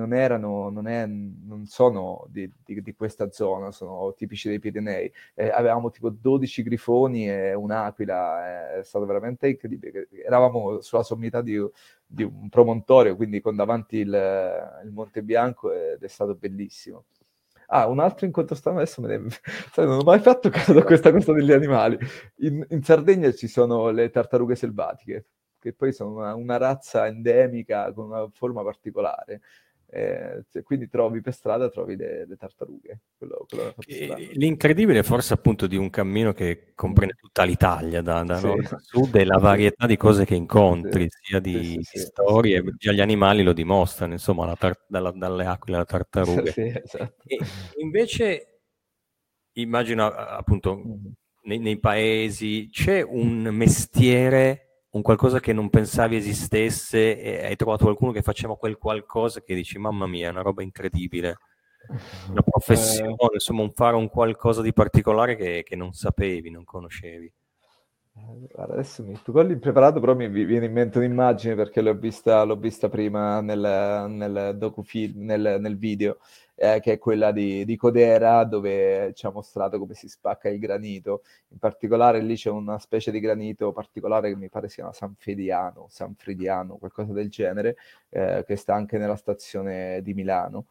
non sono di questa zona, sono tipici dei Pirenei. Avevamo tipo 12 grifoni e un'aquila, è stato veramente incredibile. Eravamo sulla sommità di un promontorio, quindi con davanti il Monte Bianco, ed è stato bellissimo. Un altro incontro strano, adesso non ho mai fatto caso a questa cosa degli animali. In Sardegna ci sono le tartarughe selvatiche, che poi sono una razza endemica con una forma particolare. Quindi per strada trovi le tartarughe. Quello è fatto strano. L'incredibile forse appunto di un cammino che comprende tutta l'Italia, da Sì. nord a sud, e la varietà di cose che incontri, sia di storie, già gli animali lo dimostrano, insomma, dalle aquile alla tartaruga. Sì, esatto. E invece immagino appunto Mhm. nei paesi c'è un mestiere, un qualcosa che non pensavi esistesse e hai trovato qualcuno che faceva quel qualcosa che dici mamma mia, è una roba incredibile, una Eh, professione, insomma un fare un qualcosa di particolare che non sapevi, non conoscevi. Guarda, adesso mi metto quello impreparato, però mi viene in mente un'immagine perché l'ho vista prima nel docufilm, nel video, che è quella di Codera, dove ci ha mostrato come si spacca il granito. In particolare lì c'è una specie di granito particolare che mi pare si chiama Sanfridiano, qualcosa del genere, che sta anche nella stazione di Milano.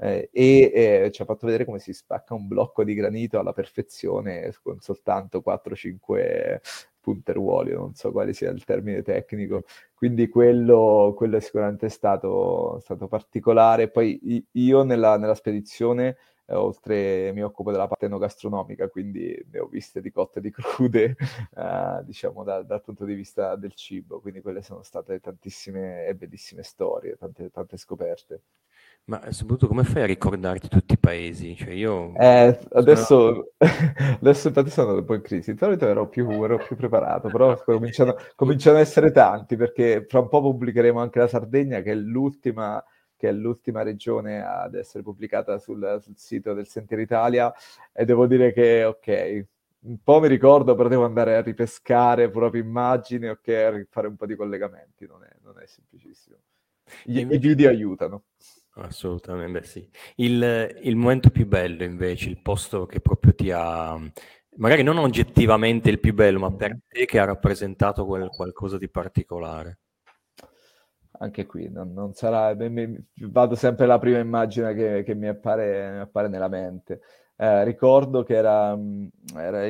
Ci ha fatto vedere come si spacca un blocco di granito alla perfezione con soltanto 4-5 punteruoli, non so quale sia il termine tecnico. Quindi quello è sicuramente stato particolare. Poi io nella spedizione, oltre mi occupo della parte enogastronomica, quindi ne ho viste di cotte e di crude, diciamo dal punto di vista del cibo. Quindi quelle sono state tantissime e bellissime storie, tante scoperte. Ma soprattutto come fai a ricordarti tutti i paesi? Cioè io sono... Adesso infatti sono un po' in crisi. Di solito ero più preparato, però cominciano ad essere tanti perché fra un po' pubblicheremo anche la Sardegna, che è l'ultima regione ad essere pubblicata sul sito del Sentiero Italia. E devo dire che, ok, un po' mi ricordo, però devo andare a ripescare proprio immagini, ok, a fare un po' di collegamenti. Non è semplicissimo. E I invece... video aiutano. Assolutamente, beh, sì. Il momento più bello invece, il posto che proprio ti ha, magari non oggettivamente il più bello, ma per Mhm. te che ha rappresentato quel qualcosa di particolare. Anche qui non sarà, vado sempre alla prima immagine che mi appare nella mente. Ricordo che era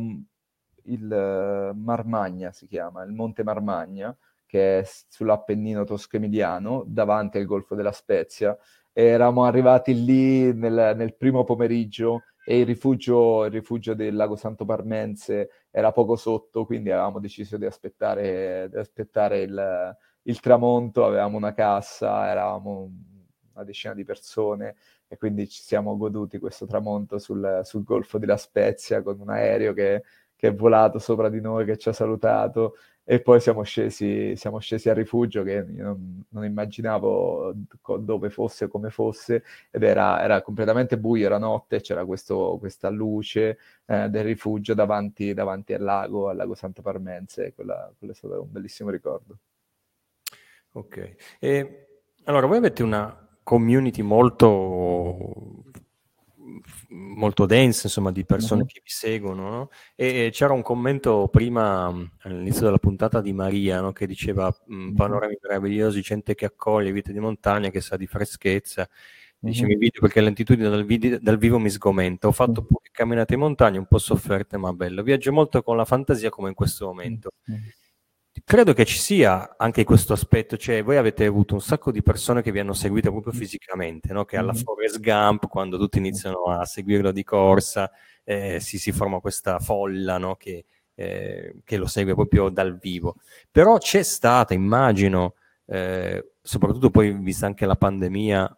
il Marmagna, si chiama, il Monte Marmagna, che è sull'Appennino tosco-emiliano, davanti al Golfo della Spezia. E eravamo arrivati lì nel primo pomeriggio e il rifugio del Lago Santo Parmense era poco sotto, quindi avevamo deciso di aspettare il tramonto, avevamo una cassa, eravamo una decina di persone e quindi ci siamo goduti questo tramonto sul Golfo di La Spezia con un aereo che è volato sopra di noi, che ci ha salutato e poi siamo scesi al rifugio che io non immaginavo dove fosse, come fosse ed era completamente buio, era notte, c'era questa luce del rifugio davanti al lago Santo Parmense, quello è stato un bellissimo ricordo. Ok. E allora, voi avete una community molto, molto densa, insomma, di persone Mhm, che vi seguono, no? E c'era un commento prima, all'inizio della puntata di Maria, no? Che diceva mhm, panorami meravigliosi, gente che accoglie, vita di montagna, che sa di freschezza. Dice, mhm, mi video perché l'altitudine dal vivo mi sgomenta. Ho fatto mhm, poche camminate in montagna, un po' sofferte, ma bello. Viaggio molto con la fantasia come in questo mhm, momento. mhm, Credo che ci sia anche questo aspetto, cioè voi avete avuto un sacco di persone che vi hanno seguito proprio fisicamente, no? Che alla mhm, Forrest Gump, quando tutti iniziano a seguirlo di corsa, si forma questa folla, no? Che lo segue proprio dal vivo. Però c'è stata, immagino, soprattutto poi vista anche la pandemia,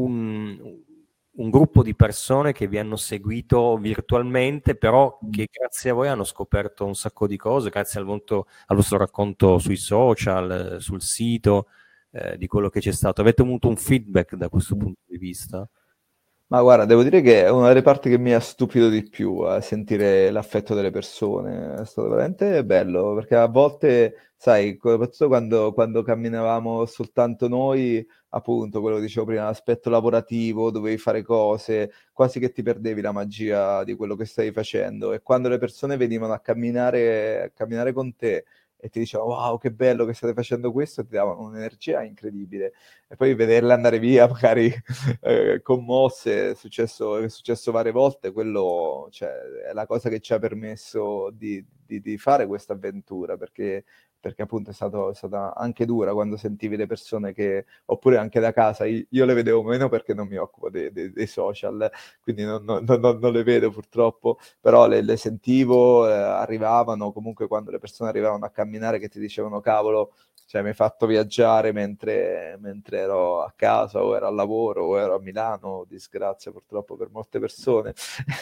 un gruppo di persone che vi hanno seguito virtualmente, però mhm. che grazie a voi hanno scoperto un sacco di cose, grazie al vostro racconto sui social, sul sito, di quello che c'è stato. Avete avuto un feedback da questo Mhm. punto di vista? Ma guarda, devo dire che è una delle parti che mi ha stupito di più a sentire l'affetto delle persone. È stato veramente bello, perché a volte, sai, soprattutto quando camminavamo soltanto noi, appunto, quello che dicevo prima, l'aspetto lavorativo, dovevi fare cose, quasi che ti perdevi la magia di quello che stavi facendo. E quando le persone venivano a camminare con te e ti dicevano, wow, che bello che state facendo questo, ti davano un'energia incredibile. E poi vederle andare via, magari commosse, è successo varie volte, quello, cioè, è la cosa che ci ha permesso di fare questa avventura, perché perché appunto è stata anche dura quando sentivi le persone che, oppure anche da casa, io le vedevo meno perché non mi occupo dei social, quindi non le vedo purtroppo, però le sentivo, arrivavano, comunque quando le persone arrivavano a camminare che ti dicevano cavolo, cioè mi hai fatto viaggiare mentre ero a casa o ero al lavoro o ero a Milano, disgrazia purtroppo per molte persone.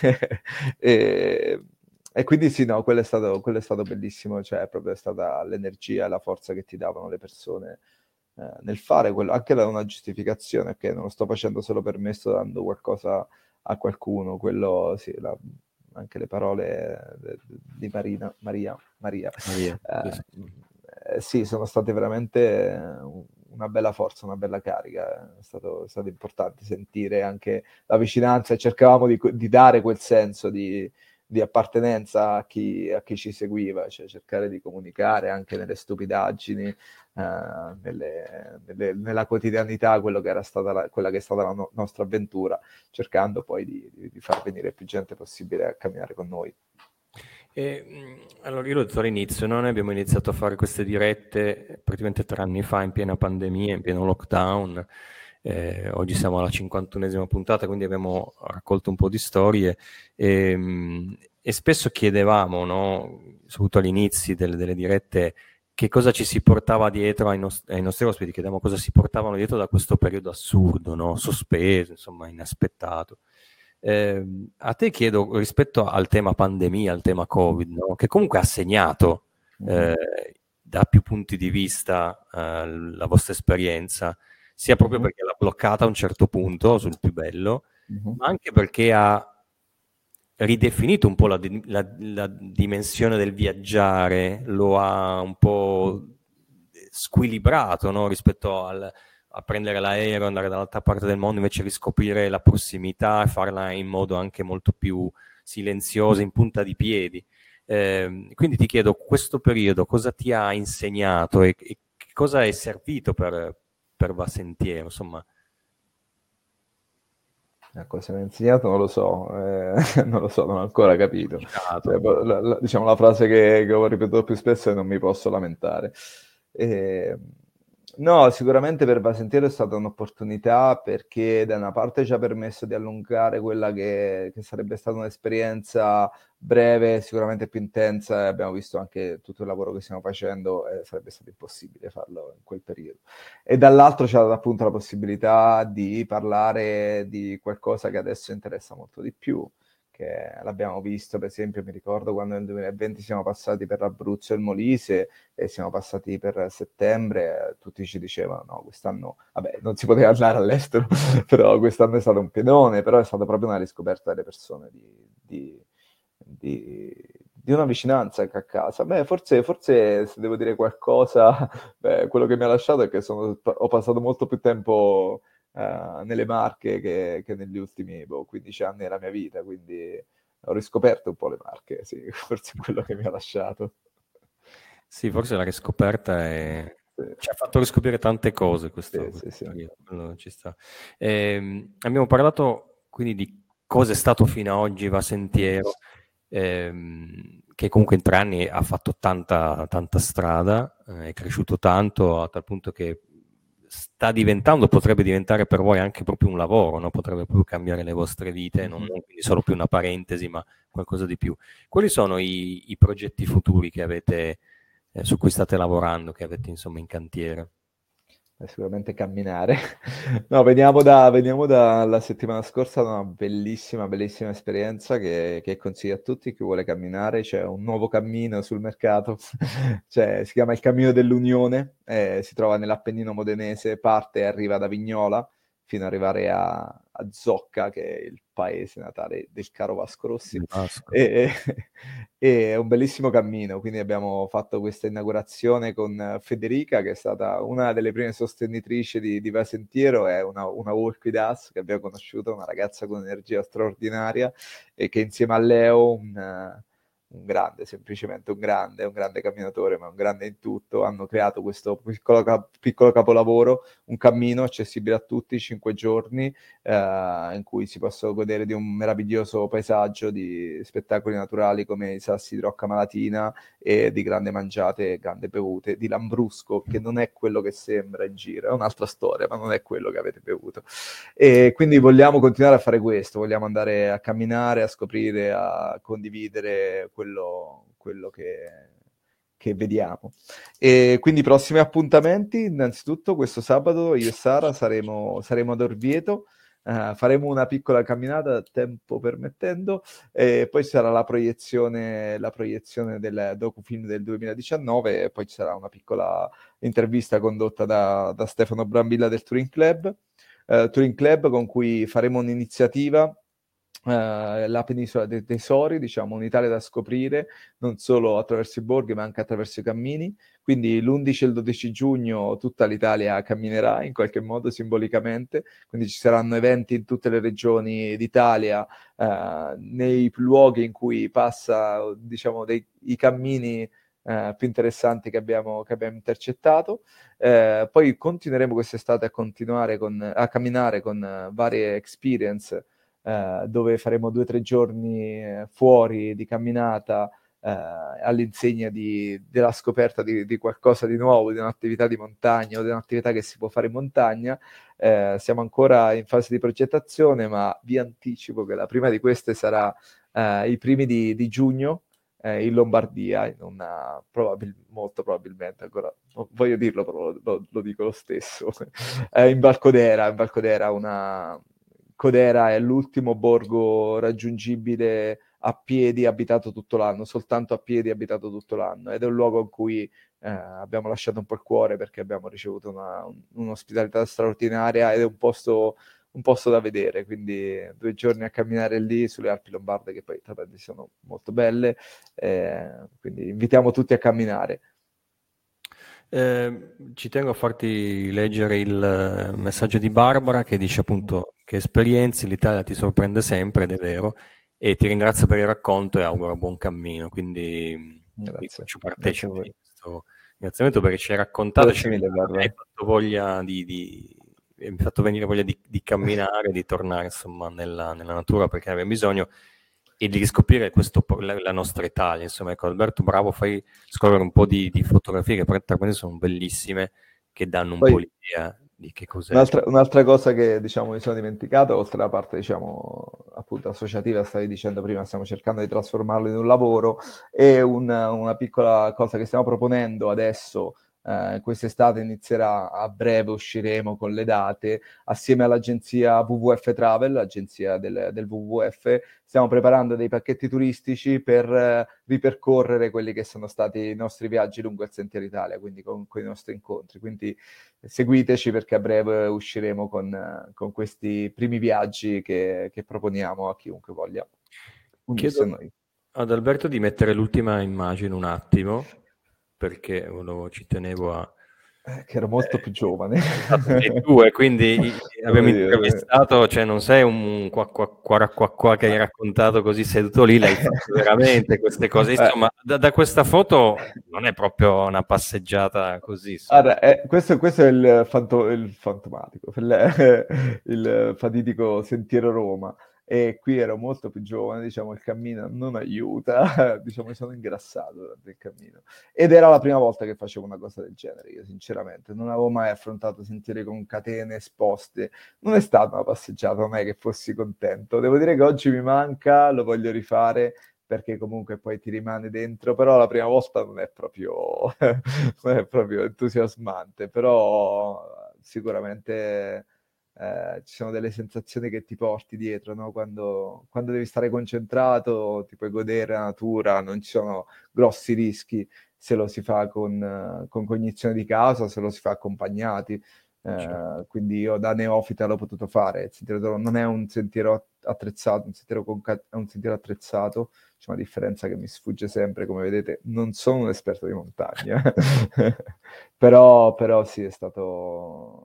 E, e quindi sì, no, quello è stato bellissimo, cioè proprio è stata l'energia e la forza che ti davano le persone nel fare quello, anche da una giustificazione, che non lo sto facendo solo per me, sto dando qualcosa a qualcuno, quello sì, anche le parole di Maria, Maria, sì, sì. sì, sono state veramente una bella forza, una bella carica, è stato importante sentire anche la vicinanza e cercavamo di dare quel senso di appartenenza a chi ci seguiva, cioè cercare di comunicare anche nelle stupidaggini, nella quotidianità, quella che è stata la nostra avventura, cercando poi di far venire più gente possibile a camminare con noi. Allora io l'ho detto all'inizio, noi abbiamo iniziato a fare queste dirette praticamente 3 anni fa, in piena pandemia, in pieno lockdown. Oggi siamo alla 51esima puntata, quindi abbiamo raccolto un po' di storie e spesso chiedevamo, no, soprattutto all'inizio delle dirette, che cosa ci si portava dietro ai nostri ospiti, chiedevamo cosa si portavano dietro da questo periodo assurdo, no, sospeso, insomma, inaspettato. A te chiedo, rispetto al tema pandemia, al tema Covid, no, che comunque ha segnato da più punti di vista la vostra esperienza, sia proprio perché l'ha bloccata a un certo punto sul più bello, ma anche perché ha ridefinito un po' la dimensione del viaggiare, lo ha un po' squilibrato, no, rispetto a prendere l'aereo, andare dall'altra parte del mondo, invece riscoprire la prossimità e farla in modo anche molto più silenzioso, in punta di piedi. Quindi ti chiedo, questo periodo cosa ti ha insegnato e cosa è servito per Va Sentiero, insomma? Cosa mi ha insegnato non lo so, non lo so, non ho ancora capito. Cioè, diciamo la frase che ho ripetuto più spesso è non mi posso lamentare. No, sicuramente per Va Sentiero è stata un'opportunità perché da una parte ci ha permesso di allungare quella che sarebbe stata un'esperienza breve, sicuramente più intensa, e abbiamo visto anche tutto il lavoro che stiamo facendo e sarebbe stato impossibile farlo in quel periodo. E dall'altro ci ha dato appunto la possibilità di parlare di qualcosa che adesso interessa molto di più, che l'abbiamo visto, per esempio, mi ricordo quando nel 2020 siamo passati per l'Abruzzo e il Molise e siamo passati per settembre, tutti ci dicevano no, quest'anno, vabbè, non si poteva andare all'estero, però quest'anno è stato un pedone, però è stata proprio una riscoperta delle persone di una vicinanza anche a casa. Beh, forse se devo dire qualcosa, quello che mi ha lasciato è che ho passato molto più tempo nelle Marche che negli ultimi 15 anni della mia vita, quindi ho riscoperto un po' le Marche, sì, forse è quello che mi ha lasciato. Sì, forse la riscoperta Sì. ci ha fatto riscoprire tante cose questo Sì. periodo, ci sta. Abbiamo parlato quindi di cosa è stato fino ad oggi Va Sentiero, che comunque in 3 anni ha fatto tanta strada, è cresciuto tanto a tal punto che potrebbe diventare per voi anche proprio un lavoro, no? Potrebbe proprio cambiare le vostre vite, non quindi solo più una parentesi, ma qualcosa di più. Quali sono i progetti futuri che avete, su cui state lavorando, che avete insomma in cantiere? Sicuramente camminare. No, veniamo dalla settimana scorsa da una bellissima esperienza che consiglio a tutti chi vuole camminare. C'è un nuovo cammino sul mercato, cioè, si chiama il Cammino dell'Unione, si trova nell'Appennino modenese, parte e arriva da Vignola fino ad arrivare a Zocca, che è il paese natale del caro Vasco Rossi. E è un bellissimo cammino, quindi abbiamo fatto questa inaugurazione con Federica, che è stata una delle prime sostenitrici di Va Sentiero, è una walk with us che abbiamo conosciuto, una ragazza con energia straordinaria e che insieme a Leo, un grande, semplicemente un grande camminatore, ma un grande in tutto. Hanno creato questo piccolo capolavoro, un cammino accessibile a tutti, 5 giorni, in cui si possono godere di un meraviglioso paesaggio, di spettacoli naturali come i sassi di Rocca Malatina e di grandi mangiate e grandi bevute, di Lambrusco, che non è quello che sembra in giro, è un'altra storia, ma non è quello che avete bevuto. E quindi vogliamo continuare a fare questo, vogliamo andare a camminare, a scoprire, a condividere quello che vediamo. E quindi prossimi appuntamenti, innanzitutto questo sabato io e Sara saremo ad Orvieto, faremo una piccola camminata, tempo permettendo, e poi ci sarà la proiezione del docufilm del 2019 e poi ci sarà una piccola intervista condotta da Stefano Brambilla del Touring Club con cui faremo un'iniziativa, la penisola dei tesori, diciamo un'Italia da scoprire non solo attraverso i borghi ma anche attraverso i cammini. Quindi l'11 e il 12 giugno tutta l'Italia camminerà in qualche modo simbolicamente, quindi ci saranno eventi in tutte le regioni d'Italia, nei luoghi in cui passa, diciamo, i cammini più interessanti che abbiamo intercettato. Poi continueremo quest'estate a camminare con varie experience, dove faremo 2 o 3 giorni fuori di camminata, all'insegna della scoperta di qualcosa di nuovo, di un'attività di montagna o di un'attività che si può fare in montagna. Siamo ancora in fase di progettazione, ma vi anticipo che la prima di queste sarà i primi di giugno, in Lombardia, molto probabilmente, ancora non voglio dirlo, però lo dico lo stesso, in Val Codera. Codera è l'ultimo borgo raggiungibile a piedi, abitato tutto l'anno, soltanto a piedi abitato tutto l'anno, ed è un luogo in cui abbiamo lasciato un po' il cuore perché abbiamo ricevuto un'ospitalità straordinaria ed è un posto da vedere, quindi 2 giorni a camminare lì sulle Alpi Lombarde, che poi tra l'altro sono molto belle, quindi invitiamo tutti a camminare. Ci tengo a farti leggere il messaggio di Barbara che dice appunto che esperienze, l'Italia ti sorprende sempre, ed è vero, e ti ringrazio per il racconto e auguro buon cammino, quindi vi faccio partecipe di questo ringraziamento perché ci hai raccontato, Grazie mille, mi hai fatto voglia mi hai fatto venire voglia di camminare, di tornare insomma nella natura perché ne abbiamo bisogno e di riscoprire la nostra Italia. Insomma, ecco, Alberto, bravo, fai scorrere un po' di fotografie che tra queste sono bellissime, che danno un po' l'idea di che cos'è. Un'altra cosa che, diciamo, mi sono dimenticato, oltre alla parte, diciamo, appunto associativa, stavi dicendo prima, stiamo cercando di trasformarlo in un lavoro, e una piccola cosa che stiamo proponendo adesso. Quest'estate inizierà, a breve usciremo con le date assieme all'agenzia WWF Travel, l'agenzia del WWF. Stiamo preparando dei pacchetti turistici per ripercorrere quelli che sono stati i nostri viaggi lungo il Sentiero Italia, quindi con i nostri incontri. Quindi seguiteci perché a breve usciremo con questi primi viaggi che proponiamo a chiunque voglia unirsi a noi. Ad Alberto di mettere l'ultima immagine un attimo, perché ci tenevo a... che ero molto più giovane. Sei tu, e quindi abbiamo intervistato, cioè non sei un qua che hai raccontato così seduto lì, l'hai fatto veramente queste cose. Insomma, da questa foto non è proprio una passeggiata così. Allora, questo è il fantomatico, il fatidico Sentiero Roma. E qui ero molto più giovane, diciamo, il cammino non aiuta, diciamo, mi sono ingrassato durante il cammino. Ed era la prima volta che facevo una cosa del genere, io sinceramente. Non avevo mai affrontato sentieri con catene esposte. Non è stata una passeggiata, non è che fossi contento. Devo dire che oggi mi manca, lo voglio rifare, perché comunque poi ti rimane dentro, però la prima volta non è proprio entusiasmante, però sicuramente ci sono delle sensazioni che ti porti dietro, no? Quando devi stare concentrato, ti puoi godere la natura, non ci sono grossi rischi se lo si fa con cognizione di causa, se lo si fa accompagnati. Certo. Quindi io da neofita l'ho potuto fare. Il Sentiero non è un sentiero attrezzato, è un sentiero attrezzato. C'è una differenza che mi sfugge sempre, come vedete, non sono un esperto di montagna, però sì, è stato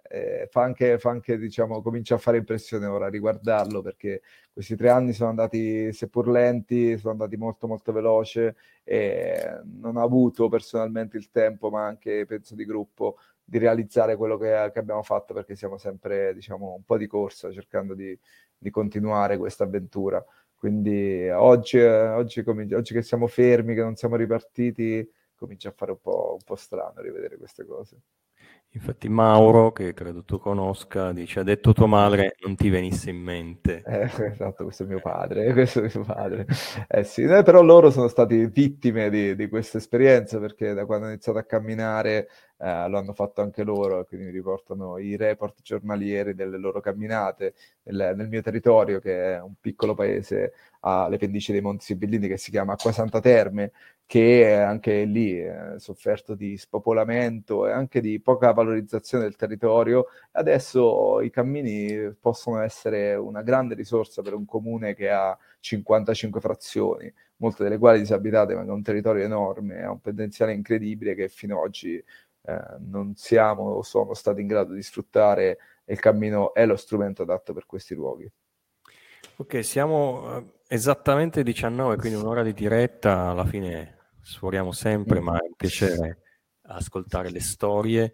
fa anche, diciamo, comincia a fare impressione ora riguardarlo, perché questi 3 anni sono andati, seppur lenti, sono andati molto molto veloce, e non ho avuto personalmente il tempo, ma anche penso di gruppo, di realizzare quello che abbiamo fatto, perché siamo sempre, diciamo, un po' di corsa, cercando di continuare questa avventura. Quindi oggi che siamo fermi, che non siamo ripartiti, comincia a fare un po' strano rivedere queste cose. Infatti Mauro, che credo tu conosca, dice: ha detto tua madre non ti venisse in mente. Esatto, questo è mio padre, questo è mio padre. Sì, però loro sono stati vittime di questa esperienza, perché da quando ho iniziato a camminare lo hanno fatto anche loro, quindi mi riportano i report giornalieri delle loro camminate nel mio territorio, che è un piccolo paese alle pendici dei Monti Sibillini, che si chiama Acquasanta Terme, che anche lì è sofferto di spopolamento e anche di poca valorizzazione del territorio. Adesso i cammini possono essere una grande risorsa per un comune che ha 55 frazioni, molte delle quali disabitate, ma che è un territorio enorme, ha un potenziale incredibile che fino ad oggi non siamo o sono stati in grado di sfruttare, e il cammino è lo strumento adatto per questi luoghi. Ok, siamo esattamente 19, quindi un'ora di diretta, alla fine sforiamo sempre, ma è un piacere ascoltare le storie.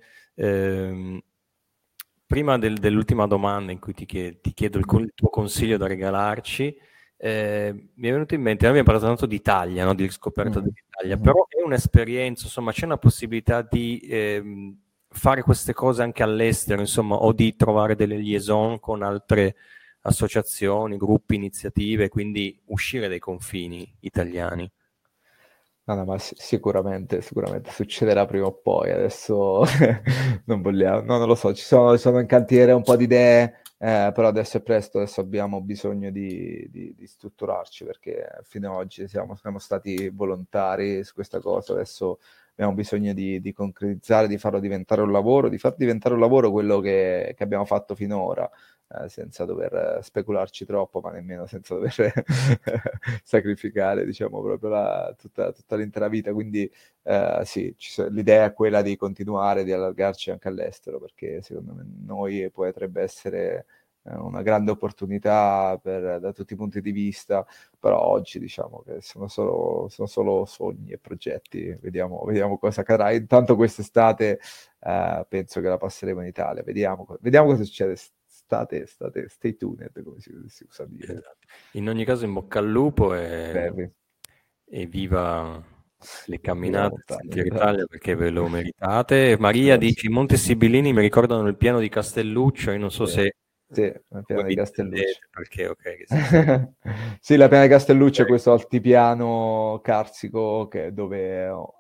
Prima dell'ultima domanda in cui ti chiedo il tuo consiglio da regalarci, mi è venuto in mente, noi abbiamo parlato tanto d'Italia, no? Di riscoperta dell'Italia, però è un'esperienza, insomma, c'è una possibilità di fare queste cose anche all'estero, insomma, o di trovare delle liaison con altre associazioni, gruppi, iniziative, quindi uscire dai confini italiani. No, ma sicuramente succederà prima o poi. Adesso non vogliamo, no, non lo so, ci sono in cantiere un po' di idee, però adesso è presto, adesso abbiamo bisogno di strutturarci, perché fino ad oggi siamo stati volontari su questa cosa, adesso abbiamo bisogno di concretizzare, di farlo diventare un lavoro, di far diventare un lavoro quello che abbiamo fatto finora. Senza dover specularci troppo, ma nemmeno senza dover sacrificare, diciamo, proprio tutta l'intera vita. Quindi sì, l'idea è quella di continuare, di allargarci anche all'estero, perché secondo me noi potrebbe essere una grande opportunità da tutti i punti di vista, però oggi diciamo che sono solo sogni e progetti. Vediamo cosa accadrà. Intanto quest'estate penso che la passeremo in Italia, vediamo cosa succede. Stay tuned, come si usa dire. Esatto. In ogni caso in bocca al lupo Bravi. e viva le Viva camminate del montagna, Sentiero esatto. Italia, perché ve lo meritate. Maria Grazie. dice: i Monti Sibillini mi ricordano il piano di Castelluccio, io non so se Sì, la piana voi di vi Castelluccio. intendete, perché ok, che si Sì, la piana di Castelluccio è questo altipiano carsico dove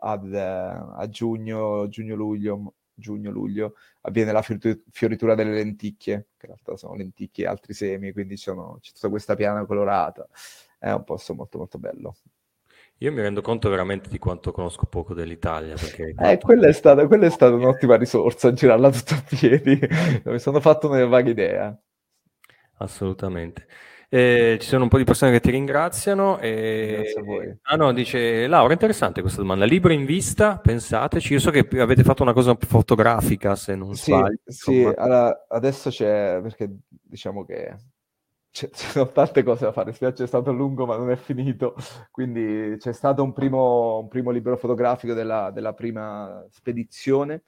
a giugno-luglio avviene la fioritura delle lenticchie, che in realtà sono lenticchie e altri semi, quindi c'è tutta questa piana colorata. È un posto molto molto bello. Io mi rendo conto veramente di quanto conosco poco dell'Italia, perché hai fatto... Quella è stata un'ottima risorsa, girarla tutta a piedi. Mi sono fatto una vaga idea. Assolutamente. Ci sono un po' di persone che ti ringraziano. Grazie a voi. Ah no, dice Laura, interessante questa domanda. Libro in vista, pensateci. Io so che avete fatto una cosa fotografica, se non sbaglio. Sì, Insomma. allora, adesso c'è, perché diciamo che ci sono tante cose da fare, spiace è stato lungo ma non è finito, quindi c'è stato un primo libro fotografico della prima spedizione,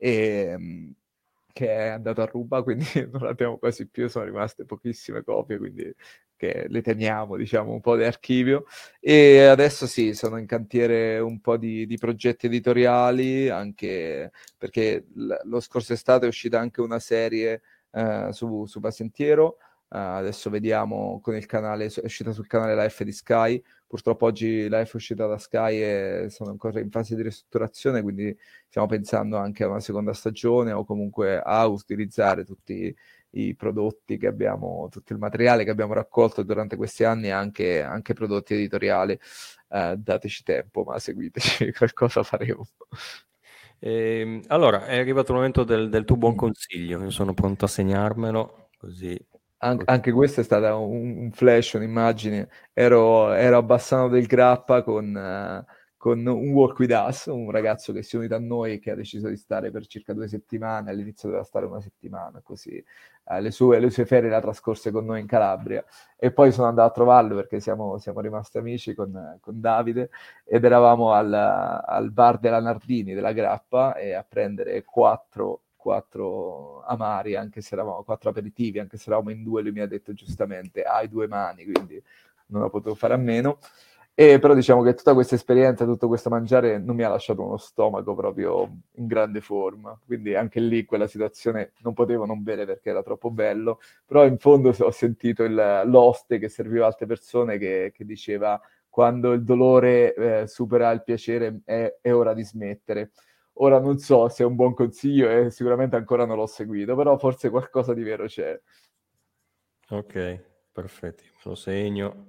che è andato a ruba, quindi non l'abbiamo quasi più, sono rimaste pochissime copie, quindi che le teniamo, diciamo, un po' di archivio. E adesso sì, sono in cantiere un po' di progetti editoriali, anche perché lo scorso estate è uscita anche una serie su Pasentiero. Adesso vediamo con il canale, è uscita sul canale Life di Sky. Purtroppo oggi Life è uscita da Sky e sono ancora in fase di ristrutturazione, quindi stiamo pensando anche a una seconda stagione, o comunque a utilizzare tutti i prodotti che abbiamo, tutto il materiale che abbiamo raccolto durante questi anni, anche prodotti editoriali. Dateci tempo, ma seguiteci, qualcosa faremo. Allora, è arrivato il momento del tuo buon consiglio. Io sono pronto a segnarmelo, così. Anche questo è stato un flash, un'immagine. Ero a Bassano del Grappa con con un Walk With Us, un ragazzo che si è unito a noi e che ha deciso di stare per circa 2 settimane, all'inizio doveva stare una settimana, così le sue ferie le ha trascorse con noi in Calabria, e poi sono andato a trovarlo perché siamo rimasti amici con Davide, ed eravamo al bar della Nardini, della Grappa, e a prendere quattro amari, anche se eravamo 4 aperitivi, anche se eravamo in 2, lui mi ha detto giustamente, hai 2 mani, quindi non ho potuto fare a meno. Però diciamo che tutta questa esperienza, tutto questo mangiare non mi ha lasciato uno stomaco proprio in grande forma, quindi anche lì quella situazione non potevo non bere perché era troppo bello, però in fondo ho sentito l'oste che serviva altre persone che diceva quando il dolore supera il piacere è ora di smettere. Ora non so se è un buon consiglio e sicuramente ancora non l'ho seguito, però forse qualcosa di vero c'è. Ok, perfetto, me lo segno.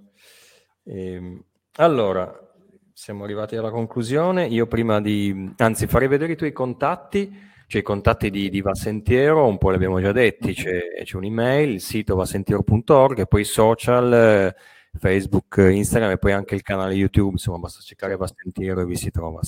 Allora, siamo arrivati alla conclusione. Io anzi, farei vedere i tuoi contatti, cioè i contatti di Va Sentiero, un po' li abbiamo già detti, c'è un'email, il sito vasentiero.org, e poi social, Facebook, Instagram, e poi anche il canale YouTube, insomma basta cercare Va Sentiero e vi si trova.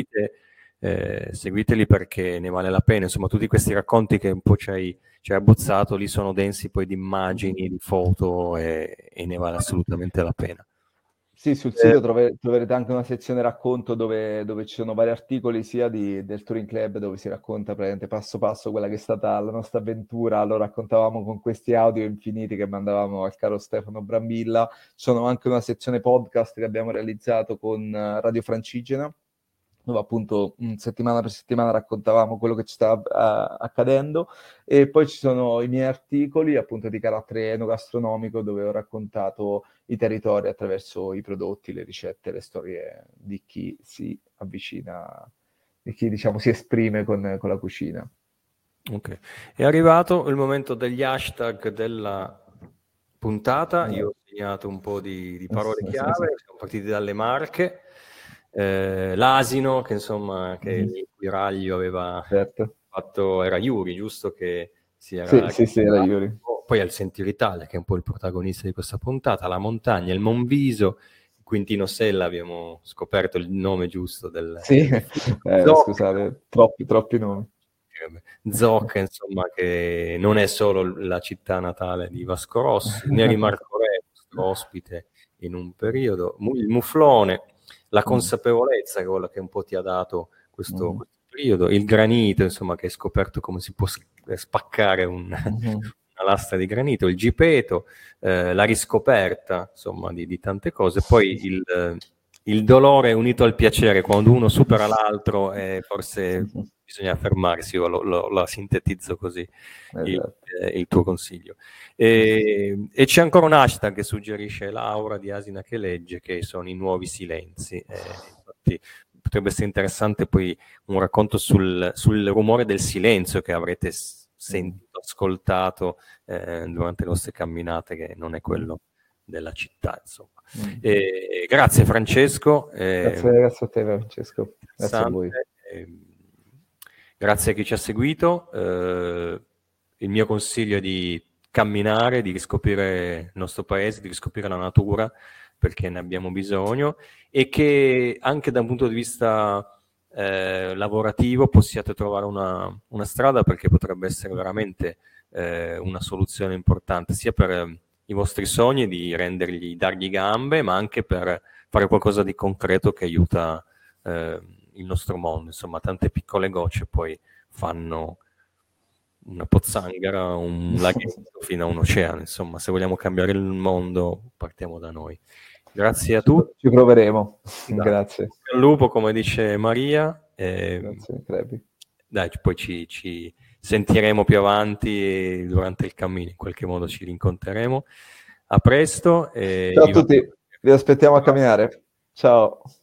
Seguiteli perché ne vale la pena, insomma tutti questi racconti che un po' ci hai abbozzato, lì sono densi poi di immagini, di foto, e ne vale assolutamente la pena. Sì, sul sito troverete anche una sezione racconto dove ci sono vari articoli sia del Touring Club, dove si racconta praticamente passo passo quella che è stata la nostra avventura. Lo raccontavamo con questi audio infiniti che mandavamo al caro Stefano Brambilla. Sono anche una sezione podcast che abbiamo realizzato con Radio Francigena, dove appunto settimana per settimana raccontavamo quello che ci stava accadendo, e poi ci sono i miei articoli appunto di carattere enogastronomico, dove ho raccontato i territori attraverso i prodotti, le ricette, le storie di chi si avvicina, di chi diciamo si esprime con la cucina. Ok, è arrivato il momento degli hashtag della puntata. Io ho segnato un po' di parole chiave, siamo partiti dalle Marche. L'asino, che insomma che il Quiraglio aveva fatto, era Yuri, giusto? Che sì, era Yuri. Poi al Sentiero Italia, che è un po' il protagonista di questa puntata, la montagna, il Monviso, Quintino Sella, abbiamo scoperto il nome giusto del... Sì, scusate, troppi nomi. Zocca, insomma, che non è solo la città natale di Vasco Rossi, Neri Marco Re, nostro ospite in un periodo, il Muflone, la consapevolezza, che è quella che un po' ti ha dato questo periodo, il granito, insomma, che hai scoperto come si può spaccare una lastra di granito, il gipeto, la riscoperta, insomma, di tante cose, poi il dolore unito al piacere, quando uno supera l'altro, forse bisogna fermarsi. Io lo sintetizzo così, il tuo consiglio. E c'è ancora un hashtag che suggerisce Laura di Asina che legge, che sono i nuovi silenzi. Infatti potrebbe essere interessante poi un racconto sul rumore del silenzio che avrete sentito, ascoltato durante le vostre camminate, che non è quello della città, insomma. Grazie Francesco. Grazie a te Francesco. Grazie a voi. Grazie a chi ci ha seguito. Il mio consiglio è di camminare, di riscoprire il nostro paese, di riscoprire la natura, perché ne abbiamo bisogno, e che anche da un punto di vista lavorativo possiate trovare una strada, perché potrebbe essere veramente una soluzione importante, sia per i vostri sogni, di dargli gambe, ma anche per fare qualcosa di concreto che aiuta il nostro mondo. Insomma, tante piccole gocce poi fanno una pozzanghera, un laghetto fino a un oceano. Insomma, se vogliamo cambiare il mondo, partiamo da noi. Grazie a tutti. Ci proveremo. Grazie. Al lupo, come dice Maria. Grazie, Crepi. Dai, poi ci sentiremo più avanti e durante il cammino, in qualche modo ci rincontreremo. A presto. Ciao a tutti, vi aspettiamo a camminare. Ciao.